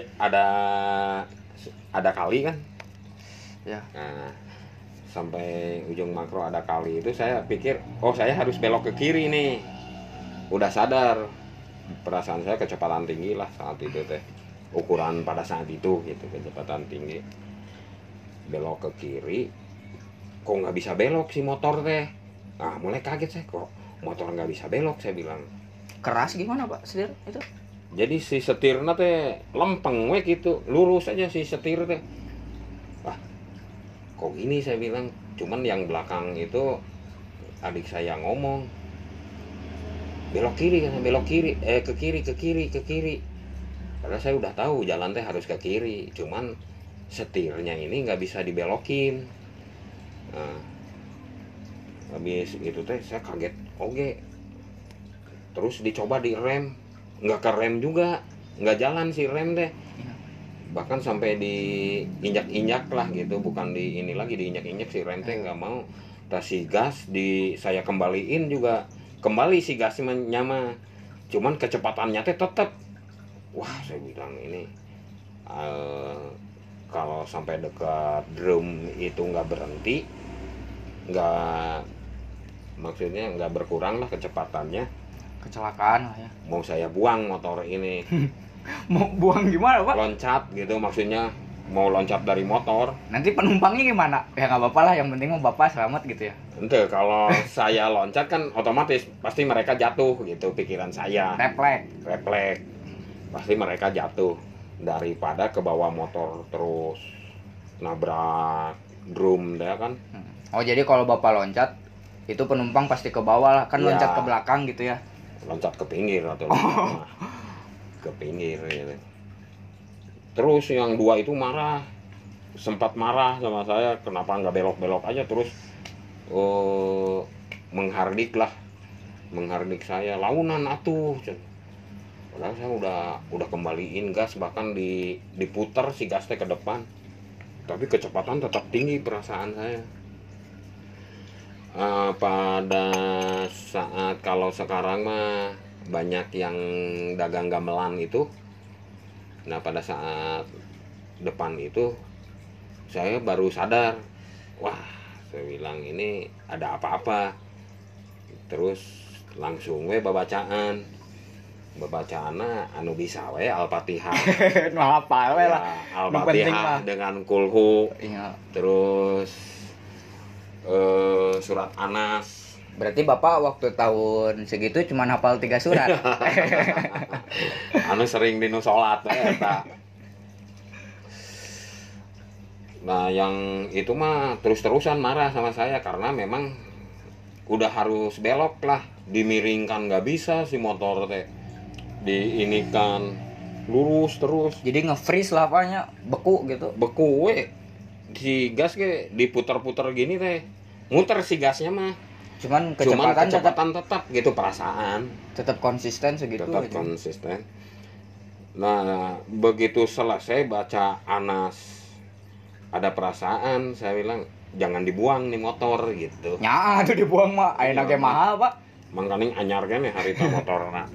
ada kali kan? Ya. Nah, sampai ujung makro ada kali itu saya pikir, oh saya harus belok ke kiri nih. Udah sadar, perasaan saya kecepatan tinggi lah saat itu teh. Ukuran pada saat itu gitu, kecepatan tinggi. Belok ke kiri, kok nggak bisa belok si motor teh. Nah, mulai kaget saya, kok motor nggak bisa belok, saya bilang. Keras gimana Pak setir itu? Jadi si setirnya teh lempeng we gitu, lurus aja si setir teh. Wah, kok gini, saya bilang. Cuman yang belakang itu adik saya ngomong, belok kiri kan, belok kiri, ke kiri. Padahal saya udah tahu jalan teh harus ke kiri, cuman setirnya ini nggak bisa dibelokin. Nah, habis itu teh saya kaget, oke. Terus dicoba di rem, nggak ke rem juga, nggak jalan si rem teh. Bahkan sampai diinjak-injak lah gitu, bukan diinjak-injak si rem teh nggak mau. Tas si gas saya kembaliin juga kembali si gasnya mah, cuman kecepatannya teh tetap. Wah, saya bilang ini kalau sampai dekat drum itu nggak berhenti, nggak, maksudnya nggak berkurang lah kecepatannya, Kecelakaan lah ya. mau saya buang motor ini. Mau buang gimana Pak? Loncat gitu, maksudnya mau loncat dari motor. Nanti penumpangnya gimana? Ya nggak apa-apa lah, yang penting mau bapak selamat gitu ya. Ente kalau saya loncat kan otomatis pasti mereka jatuh gitu, pikiran saya. Refleks. Pasti mereka jatuh, daripada ke bawah motor terus nabrak drum deh kan. Oh jadi kalau bapak loncat itu penumpang pasti ke bawah lah, kan Iya. loncat ke belakang gitu ya. Loncat ke pinggir atau ke pinggir gitu. Terus yang dua itu sempat marah sama saya, kenapa nggak belok-belok aja, terus menghardik saya, launan atuh. Padahal saya udah kembaliin gas, bahkan diputar si gasnya ke depan, tapi kecepatan tetap tinggi perasaan saya. Pada saat, kalau sekarang mah banyak yang dagang gamelan itu, nah pada saat depan itu saya baru sadar, wah, saya bilang ini ada apa-apa. Terus langsung babacaanna anu bisa we Al-Fatihah. Nah apa we lah. Ya, Nu penting mah. Al-Fatihah dengan kulhu, Iya. terus surat Anas. Berarti bapak waktu tahun segitu cuma hafal 3 surat. Anu sering dinu salat eta. Nah yang itu mah terus-terusan marah sama saya, karena memang udah harus belok lah, dimiringkan nggak bisa si motor teh, diinikan lurus terus. Jadi nge-freeze lah apanya, beku gitu. Beku we, si gas ke diputer-puter gini teh, muter si gasnya mah, Cuman cuman kecepatan kecepatan tetap gitu, perasaan tetap konsisten segitu tetap aja. konsisten. Nah begitu selesai baca Anas, ada perasaan, saya bilang jangan dibuang nih motor gitu. Nya tuh dibuang mah, ayeuna ge mahal, Pak. Mangkaning anyar kan ya harita motorna.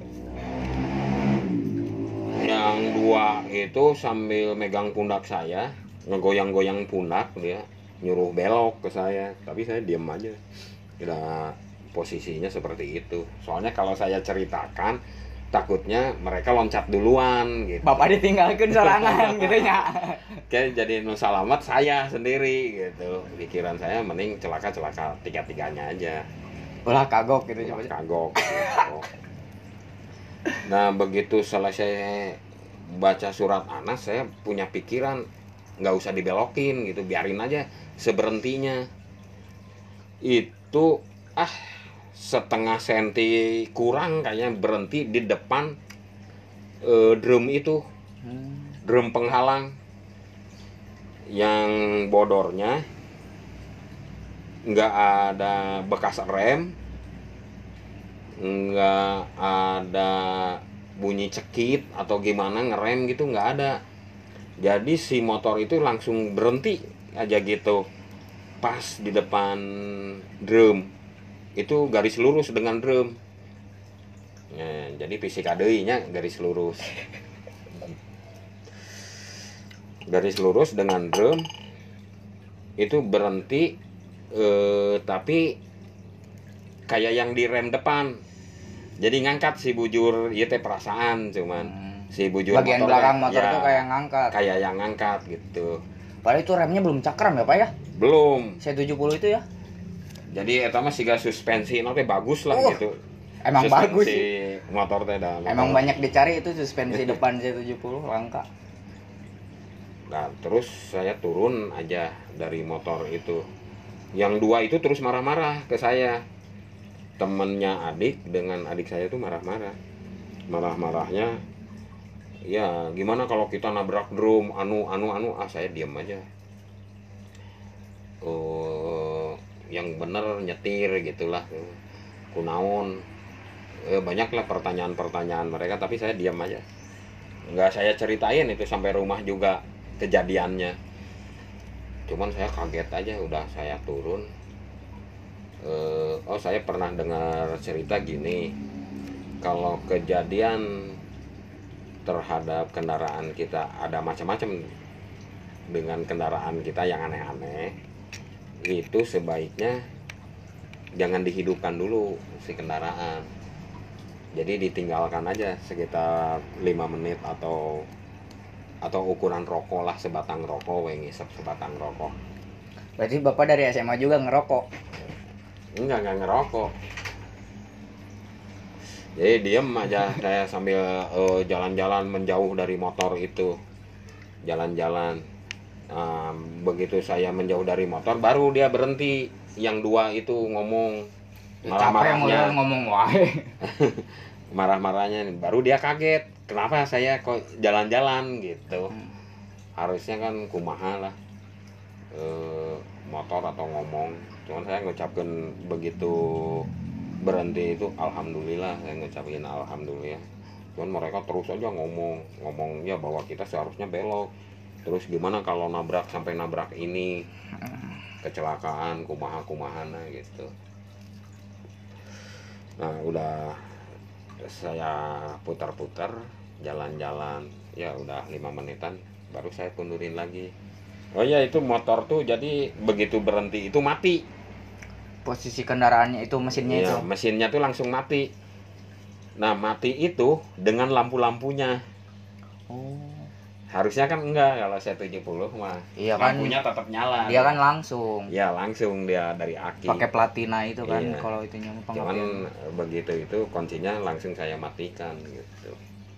Yang dua itu sambil megang pundak saya, ngegoyang-goyang pundak, dia nyuruh belok ke saya, tapi saya diam aja. Udah posisinya seperti itu. Soalnya kalau saya ceritakan, takutnya mereka loncat duluan gitu. Bapak ditinggalkeun sorangan gitu nya. Kayak jadi nu salamet saya sendiri gitu. Pikiran saya mending celaka-celaka tiga-tiganya aja. Ulah kagok gitu coba. Kagok gitu. Nah begitu selesai baca surat Anas, saya punya pikiran nggak usah dibelokin gitu, biarin aja seberhentinya. Itu setengah senti kurang kayaknya berhenti di depan drum itu, drum penghalang yang bodornya nggak ada bekas rem, nggak ada bunyi cekit atau gimana ngerem gitu, nggak ada. Jadi si motor itu langsung berhenti aja gitu pas di depan drum itu, garis lurus dengan drum ya, jadi fisika deui-nya garis lurus dengan drum itu berhenti, tapi kayak yang di rem depan, jadi ngangkat si bujur, iya teh perasaan cuman si bujur bagian motor belakang motor ya, tuh kayak ngangkat. kayak yang ngangkat gitu. Padahal itu remnya belum cakram ya Pak ya? Belum. C70 itu ya? Jadi eta mah siga suspensi teh bagus lah gitu. Emang suspensi bagus sih. Motor teh dah. Emang banyak dicari itu suspensi depan C70 langka. Nah, terus saya turun aja dari motor itu. Yang dua itu terus marah-marah ke saya. Temennya adik dengan adik saya tuh marah-marah. Marah-marahnya, ya gimana kalau kita nabrak drum, saya diam aja. Yang bener nyetir gitulah, kunaon, banyaklah pertanyaan-pertanyaan mereka, tapi saya diam aja, nggak saya ceritain itu sampai rumah juga kejadiannya. Cuman saya kaget aja, udah saya turun, saya pernah dengar cerita gini, kalau kejadian terhadap kendaraan kita ada macam-macam dengan kendaraan kita yang aneh-aneh, itu sebaiknya jangan dihidupkan dulu si kendaraan, jadi ditinggalkan aja sekitar 5 menit atau ukuran rokok lah, sebatang rokok, ngisep sebatang rokok. Berarti Bapak dari SMA juga ngerokok? Enggak ngerokok. Jadi diem aja saya sambil jalan-jalan menjauh dari motor itu. Jalan-jalan. Begitu saya menjauh dari motor, baru dia berhenti. Yang dua itu ngomong. Marah-marahnya. Ngomong wae. Marah-marahnya. Baru dia kaget. Kenapa saya kok jalan-jalan gitu. Harusnya kan kumaha lah. Motor atau ngomong. Cuman saya ngucapkan begitu berhenti itu alhamdulillah, saya ngucapin alhamdulillah. Cuman mereka terus aja ngomong ya bahwa kita seharusnya belok. Terus gimana kalau nabrak, sampai nabrak ini, kecelakaan kumaha-kumahana gitu. Nah udah saya putar-putar jalan-jalan, ya udah 5 menitan baru saya kundurin lagi. Oh ya, itu motor tuh jadi begitu berhenti itu mati. Posisi kendaraannya itu, mesinnya Iya, itu. mesinnya tuh langsung mati. Nah, mati itu dengan lampu-lampunya. Oh. Harusnya kan enggak, kalau saya 70 mah. Iya kan, lampunya tetap nyala. dia kan langsung. Ya, langsung dia dari aki. Pakai platina itu kan, Iya. kalau itunya Cuman begitu itu kuncinya langsung saya matikan gitu.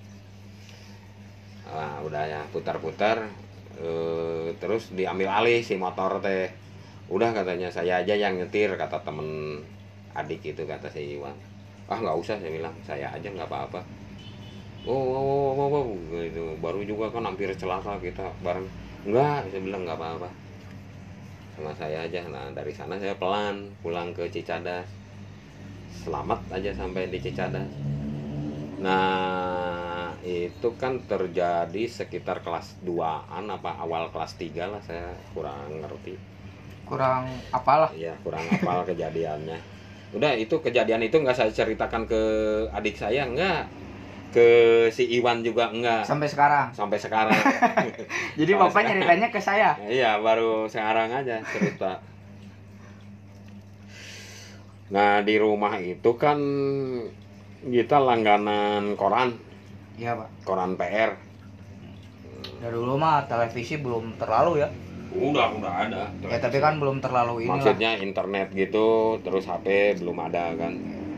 Nah, udah ya putar-putar, terus diambil alih si motor teh. Udah katanya saya aja yang nyetir, kata temen adik itu, kata si Iwan. Nggak usah, saya bilang, saya aja nggak apa-apa. Gitu. Baru juga kan hampir celaka kita bareng. Enggak, saya bilang nggak apa-apa, sama saya aja. Nah dari sana saya pelan pulang ke Cicadas, selamat aja sampai di Cicadas. Nah itu kan terjadi sekitar kelas 2-an apa awal kelas 3 lah, saya kurang ngerti. kurang apalah. Iya, kurang hafal kejadiannya. Udah, itu kejadian itu nggak saya ceritakan ke adik saya, nggak, ke si Iwan juga nggak. Sampai sekarang. Jadi Bapak ceritanya ke saya. Iya, baru sekarang aja cerita. Nah di rumah itu kan kita langganan koran. Iya Pak. Koran PR. Dari dulu mah televisi belum terlalu ya. Udah ada. Ya tapi kan belum terlalu ini. Maksudnya internet gitu, terus HP belum ada kan.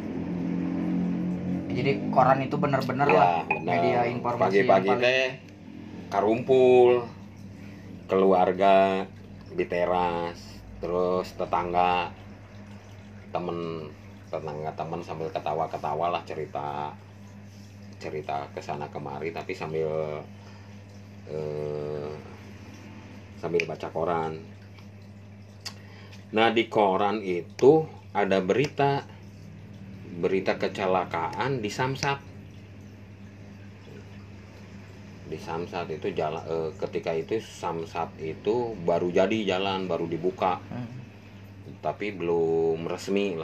Jadi koran itu bener-bener Ya, lah bener. media informasi. Pagi-pagi teh karumpul, keluarga di teras, terus tetangga temen sambil ketawa-ketawa lah, cerita kesana kemari, tapi sambil baca koran. Nah di koran itu ada berita kecelakaan di Samsat. Di Samsat itu jalan, ketika itu Samsat itu baru jadi jalan, baru dibuka, tapi belum resmi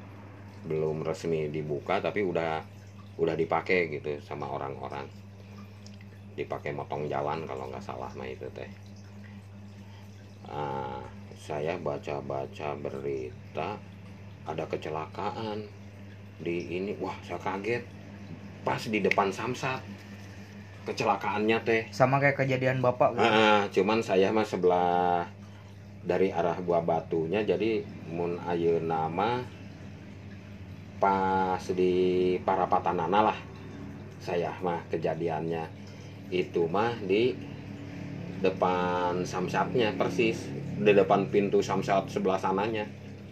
dibuka, tapi udah dipakai gitu sama orang-orang, dipakai motong jalan kalau nggak salah mah itu teh. Saya baca berita ada kecelakaan di ini, wah saya kaget pas di depan Samsat kecelakaannya teh. Sama kayak kejadian Bapak gitu. Cuman saya mah sebelah dari arah Buah Batunya, jadi mun ayeuna mah pas di Parapatanana lah saya mah kejadiannya. Itu mah di depan Samsatnya, persis di depan pintu Samsat sebelah sananya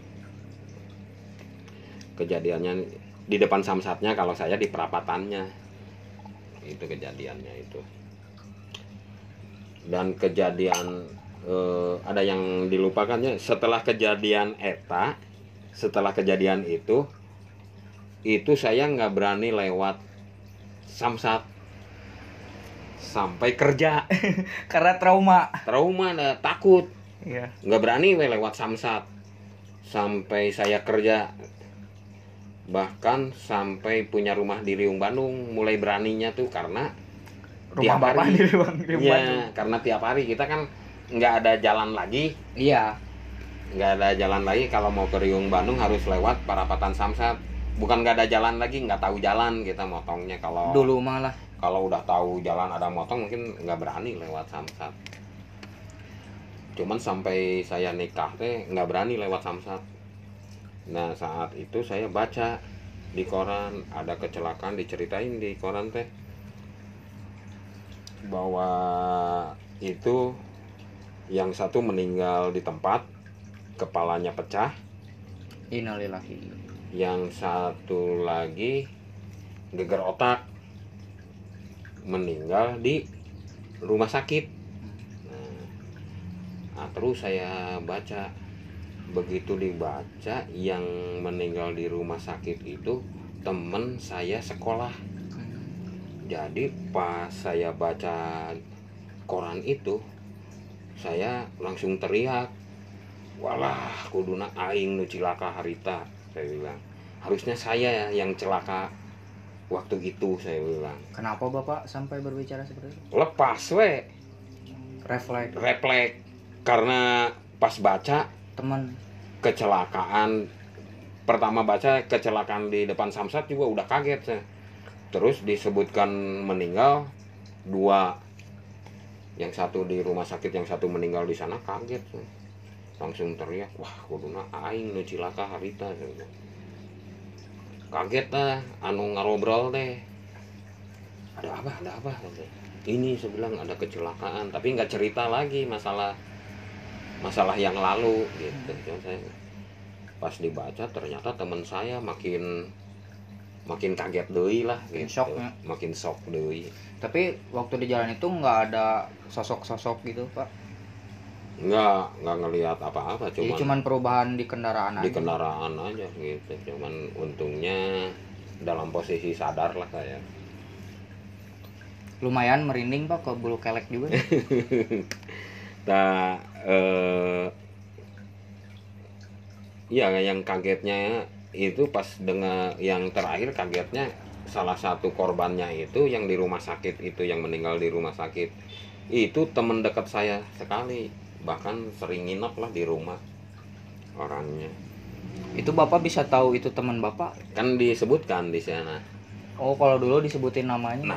kejadiannya, di depan Samsatnya, kalau saya di perapatannya itu kejadiannya itu. Dan kejadian ada yang dilupakannya setelah kejadian itu saya nggak berani lewat Samsat sampai kerja. Karena trauma. Takut. Iya. Nggak berani lewat Samsat sampai saya kerja, bahkan sampai punya rumah di Riung Bandung, mulai beraninya tuh karena Rumah tiap bapak hari. di Riung Iya, Bandung. karena tiap hari kita kan nggak ada jalan lagi, Iya. kalau mau ke Riung Bandung harus lewat Parapatan Samsat. Bukan nggak ada jalan lagi, nggak tahu jalan kita motongnya. Kalau Dulu malah. kalau udah tahu jalan ada motong mungkin nggak berani lewat Samsat. Cuman sampai saya nikah teh nggak berani lewat Samsat. Nah saat itu saya baca di koran ada kecelakaan, diceritain di koran teh bahwa itu yang satu meninggal di tempat, kepalanya pecah, Innalillahi. yang satu lagi geger otak, meninggal di rumah sakit. Nah, terus saya baca, begitu dibaca yang meninggal di rumah sakit itu temen saya sekolah. Jadi pas saya baca koran itu, saya langsung teriak, walah kuduna aing nu cilaka harita, saya bilang. Harusnya saya yang celaka waktu itu, saya bilang. Kenapa bapak sampai berbicara seperti itu? Lepas we, Refleks karena pas baca teman. kecelakaan, pertama baca kecelakaan di depan Samsat juga udah kaget saya. Terus disebutkan meninggal dua, yang satu di rumah sakit, yang satu meninggal di sana, kaget saya. Langsung teriak, wah kuduna aing nu cilaka harita, kaget lah, anu ngarobrol teh, ada apa ini, saya bilang ada kecelakaan, tapi nggak cerita lagi masalah yang lalu gitu. Cuma saya pas dibaca ternyata teman saya makin kaget deui lah gitu. Shocknya. Makin shock deui. Tapi waktu di jalan itu nggak ada sosok-sosok gitu pak? Nggak ngelihat apa-apa, Jadi cuman perubahan di kendaraan di aja. kendaraan aja gitu. Cuman untungnya dalam posisi sadar lah saya. Lumayan merinding pak, ke bulu kelek juga. Nah, ya yang kagetnya itu pas dengan yang terakhir, kagetnya salah satu korbannya itu yang di rumah sakit itu, yang meninggal di rumah sakit itu teman dekat saya sekali, bahkan sering nginep lah di rumah orangnya. Itu bapak bisa tahu itu teman bapak? Kan disebutkan di sana Oh kalau dulu disebutin namanya.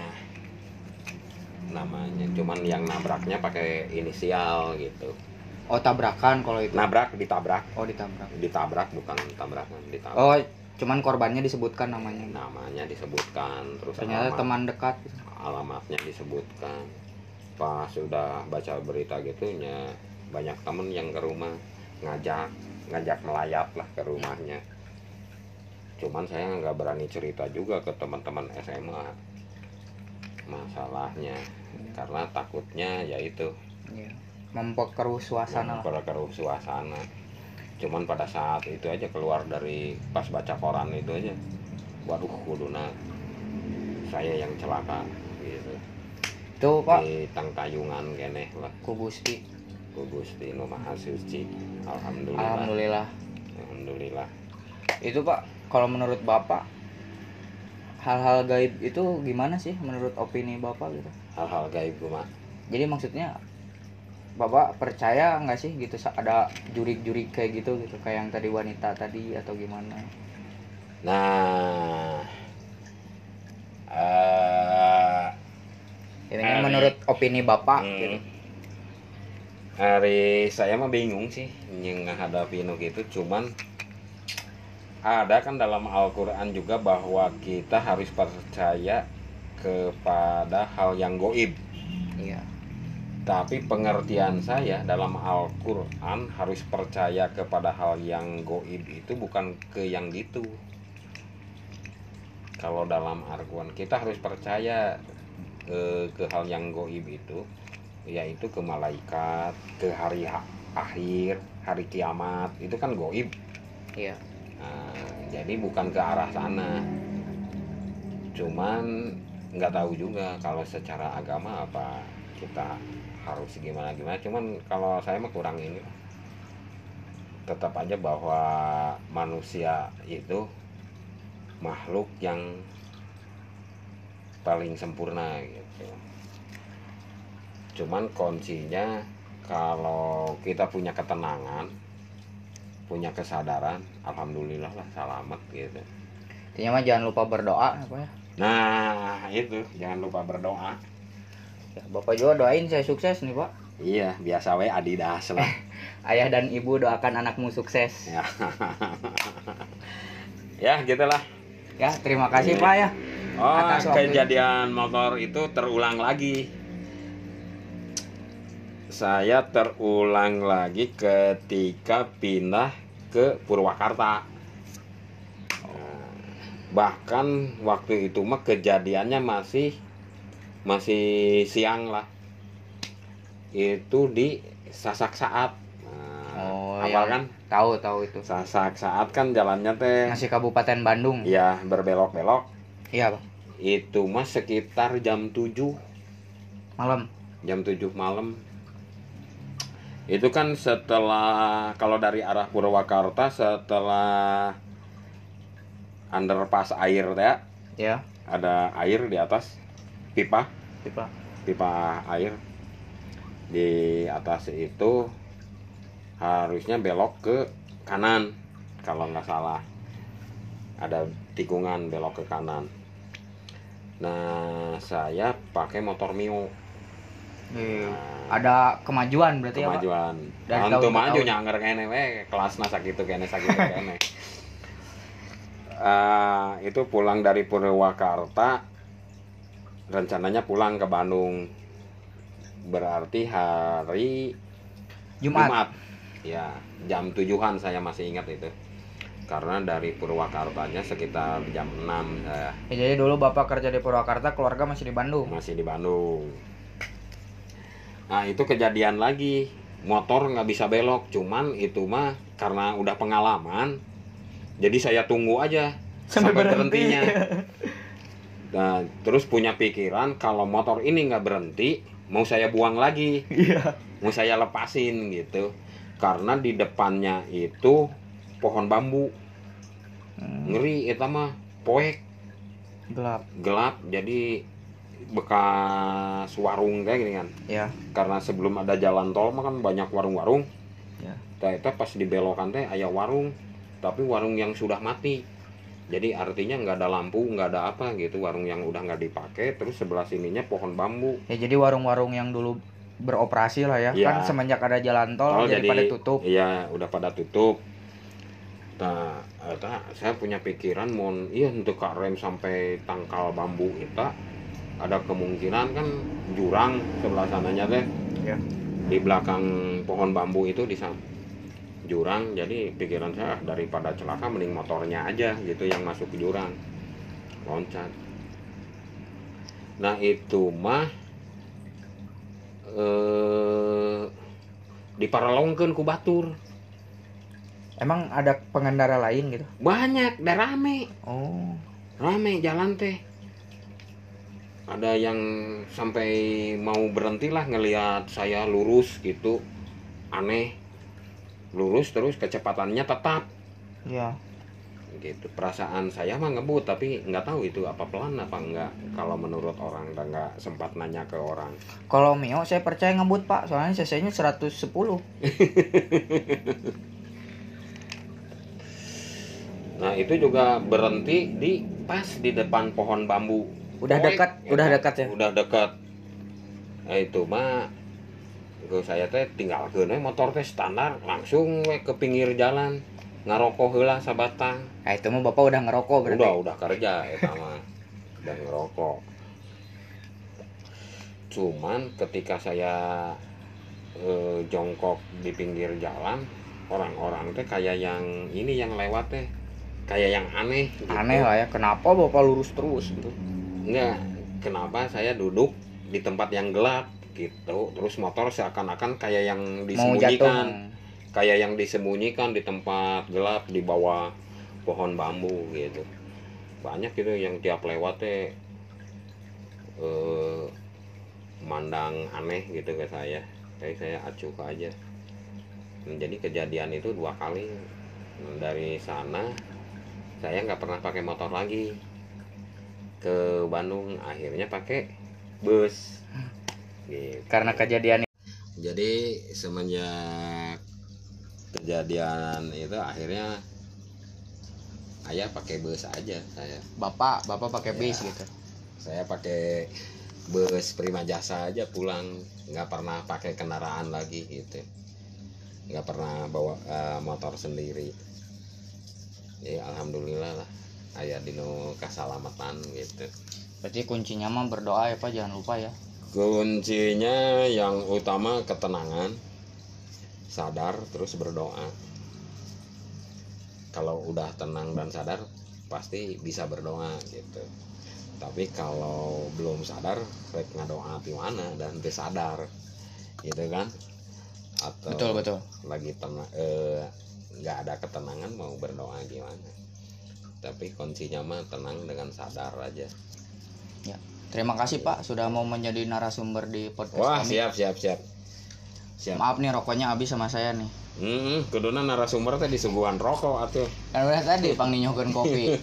namanya, cuman yang nabraknya pakai inisial gitu. Oh tabrakan kalau itu. Ditabrak. Oh ditabrak. Ditabrak, bukan tabrakan, ditabrak. Oh cuman korbannya disebutkan namanya. Namanya disebutkan, terus Ternyata teman dekat. alamatnya disebutkan. Pas sudah baca berita gitunya, banyak temen yang ke rumah ngajak melayat lah ke rumahnya. Cuman saya nggak berani cerita juga ke teman-teman SMA masalahnya, karena takutnya yaitu Iya. Memperkeruh suasana. memperkeruh suasana. Cuman pada saat itu aja keluar dari pas baca koran itu aja, waduh kuduna saya yang celaka gitu. Itu pak Di Tangkayungan keneh lah, ku Gusti. Gusti Nu Maha Suci. Alhamdulillah. Alhamdulillah. Itu pak kalau menurut bapak hal-hal gaib itu gimana sih menurut opini bapak gitu? Hal-hal gaib mah. Jadi maksudnya bapak percaya nggak sih gitu ada jurik-jurik kayak gitu kayak yang tadi wanita tadi atau gimana? Nah, Ini menurut opini bapak gitu. Hari saya mah bingung sih menghadapi nu gitu, cuman ada kan dalam Al-Quran juga bahwa kita harus percaya kepada hal yang goib. Iya. Tapi pengertian saya dalam Al-Quran harus percaya kepada hal yang goib itu bukan ke yang gitu. Kalau dalam Al-Quran kita harus percaya ke hal yang goib itu, yaitu ke malaikat, ke hari akhir, hari kiamat, itu kan goib. Iya. Nah, jadi bukan ke arah sana. Cuman nggak tahu juga kalau secara agama apa kita harus gimana. Cuman kalau saya mah kurang ini, tetap aja bahwa manusia itu makhluk yang paling sempurna gitu. Cuman kuncinya kalau kita punya ketenangan, punya kesadaran, alhamdulillah lah selamat gitu. Intinya mah jangan lupa berdoa apa ya. Nah itu jangan lupa berdoa. Ya, Bapak juga doain saya sukses nih Pak. Iya biasa we Adidas lah. Ayah dan ibu doakan anakmu sukses. Ya, ya gitulah. Ya terima kasih Iya. Pak ya. Oh Atas waktu kejadian motor itu terulang lagi. Saya terulang lagi ketika pindah ke Purwakarta. Nah, bahkan waktu itu mah kejadiannya masih siang lah. Itu di Sasak Saat. Oh, Hafal yang kan? Tahu itu. Sasak Saat kan jalannya teh Masih Kabupaten Bandung. ya berbelok-belok. Iya Pak. Itu mah sekitar jam 7 Malam. malam. Itu kan setelah kalau dari arah Purwakarta setelah underpass air ya, Ya. ada air di atas pipa air di atas itu harusnya belok ke kanan kalau nggak salah, ada tikungan belok ke kanan. Nah saya pakai motor Mio. Ada kemajuan berarti Kemajuan. Dari Antum tahun ke maju tahun. nyangger kene we kelasna sakitu kene. Itu pulang dari Purwakarta, rencananya pulang ke Bandung. Berarti hari Pak. Jumat. Ya, jam 7-an saya masih ingat itu. Karena dari Purwakartanya sekitar jam 6 saya. Ya, jadi dulu Bapak kerja di Purwakarta, keluarga masih di Bandung. Masih di Bandung. Nah itu kejadian lagi, motor nggak bisa belok, cuman itu mah karena udah pengalaman, jadi saya tunggu aja sampai berhentinya. Nah, terus punya pikiran kalau motor ini nggak berhenti, mau saya buang lagi, mau saya lepasin gitu, karena di depannya itu pohon bambu, ngeri itu mah poek gelap, jadi bekas warung kayak gini kan. Ya. Karena sebelum ada jalan tol mah kan banyak warung-warung. Ya. Kita pas dibelokan teh aya warung, tapi warung yang sudah mati. Jadi artinya nggak ada lampu, nggak ada apa gitu, warung yang udah nggak dipakai. Terus sebelah sininya pohon bambu. Ya jadi warung-warung yang dulu beroperasi lah ya. Ya. Kan semenjak ada jalan tol jadi pada tutup. Iya, udah pada tutup. Nah, saya punya pikiran mau iya untuk rem sampai tangkal bambu itu ada kemungkinan kan jurang sebelah sananya teh. Ya. Di belakang pohon bambu itu di jurang, jadi pikiran saya daripada celaka mending motornya aja gitu yang masuk ke jurang, loncat. Nah itu mah diparalongkeun ku batur. Emang ada pengendara lain gitu? Banyak, dah rame. Oh. Rame jalan teh. Ada yang sampai mau berhenti lah ngelihat saya lurus gitu, aneh, lurus terus kecepatannya tetap. Ya. Gitu. Perasaan saya mah ngebut, tapi nggak tahu itu apa pelan apa enggak. Kalau menurut orang, dan nggak sempat nanya ke orang. Kalau Mio saya percaya ngebut Pak, soalnya cc-nya 110. Nah itu juga berhenti pas di depan pohon bambu. Udah dekat, udah dekat ya. Udah dekat. Nah itu mah saya teh tinggalkeun we motor teh standar, langsung we ke pinggir jalan ngarokok heula sabatang. Nah itu mah Bapak udah ngerokok berarti. Udah kerja eta mah. Udah ngerokok. Cuman ketika saya jongkok di pinggir jalan, orang-orang teh kayak yang ini yang lewat teh kayak yang aneh gitu. Aneh lah ya, kenapa Bapak lurus terus gitu? Enggak, kenapa saya duduk di tempat yang gelap gitu, terus motor seakan-akan kayak yang Mau jatuh. disembunyikan, kayak yang disembunyikan di tempat gelap di bawah pohon bambu gitu. Banyak gitu yang tiap lewat teh mandang aneh gitu ke saya, kayak saya acuh aja. Jadi kejadian itu 2 kali. Dari sana saya nggak pernah pakai motor lagi ke Bandung, akhirnya pakai bus gitu. Karena kejadian Jadi semenjak kejadian itu akhirnya ayah pakai bus aja saya. bapak pakai bis Ya. gitu. Saya pakai bus Prima Jasa aja pulang, nggak pernah pakai kendaraan lagi gitu, nggak pernah bawa motor sendiri. Ya alhamdulillah lah ayah dino kasalamatan gitu. Berarti kuncinya mah berdoa ya Pak, jangan lupa ya. Kuncinya yang utama ketenangan, sadar terus berdoa. Kalau udah tenang dan sadar pasti bisa berdoa gitu. Tapi kalau belum sadar rek ngadoa ti mana dan teu sadar gitu kan, atau Betul. lagi tenang nggak ada ketenangan mau berdoa gimana. Tapi kuncinya mah tenang dengan sadar aja. Ya. Terima kasih Pak sudah mau menjadi narasumber di podcast Wah kami. siap. Maaf nih rokoknya habis sama saya nih. Kuduna narasumber teh disuguhan rokok atuh. Kan udah tadi Pang ninyokeun kopi.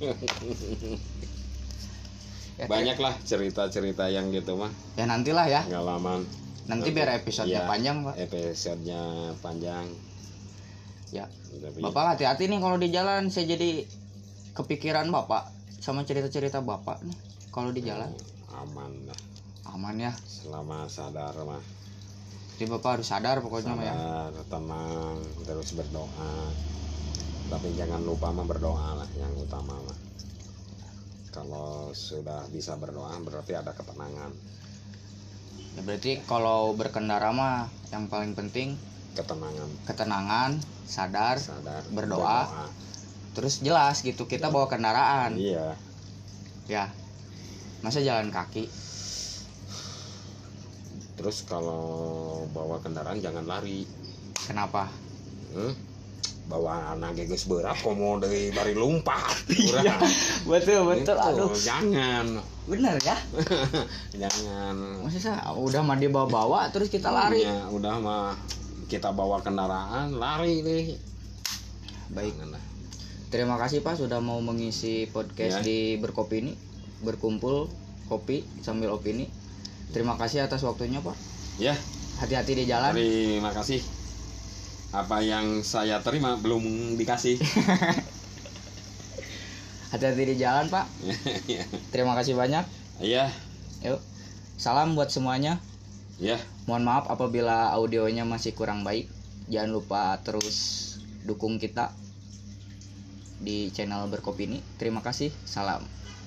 Ya, Banyak lah cerita-cerita yang gitu mah, ya nantilah ya. pengalaman. Nanti biar episodenya Iya, panjang Pak. Episodenya panjang. Ya. Tapi Bapak hati-hati nih kalau di jalan, saya jadi kepikiran Bapak sama cerita-cerita Bapak nih kalau di jalan. aman lah, Aman ya. selama sadar mah. Jadi Bapak harus sadar pokoknya mah ya. Sadar, tenang, terus berdoa. Tapi jangan lupa mah berdoa lah yang utama mah. Kalau sudah bisa berdoa berarti ada ketenangan. Ya berarti kalau berkendara mah yang paling penting ketenangan, sadar, berdoa. Terus jelas gitu kita bawa kendaraan. Iya. Ya. Masa jalan kaki? Terus kalau bawa kendaraan jangan lari. Kenapa? Bawa anak geus berat komo dari bari lumpat. Iya. Betul. Itu, Aduh. jangan. Bener ya? Jangan. Maksudnya udah mah dibawa terus kita lari. Ya, udah mah kita bawa kendaraan lari deh. Baik. Jangan lah. Terima kasih Pak sudah mau mengisi podcast Ya. di Berkopi ini. Berkumpul kopi sambil opini. Terima kasih atas waktunya Pak. Ya, Hati-hati di jalan. terima kasih. Apa yang saya terima belum dikasih. Hati-hati di jalan Pak. Terima kasih banyak. Iya, Yuk. Salam buat semuanya. ya. Mohon maaf apabila audionya masih kurang baik. Jangan lupa terus dukung kita di channel Berkopi ini. Terima kasih. Salam.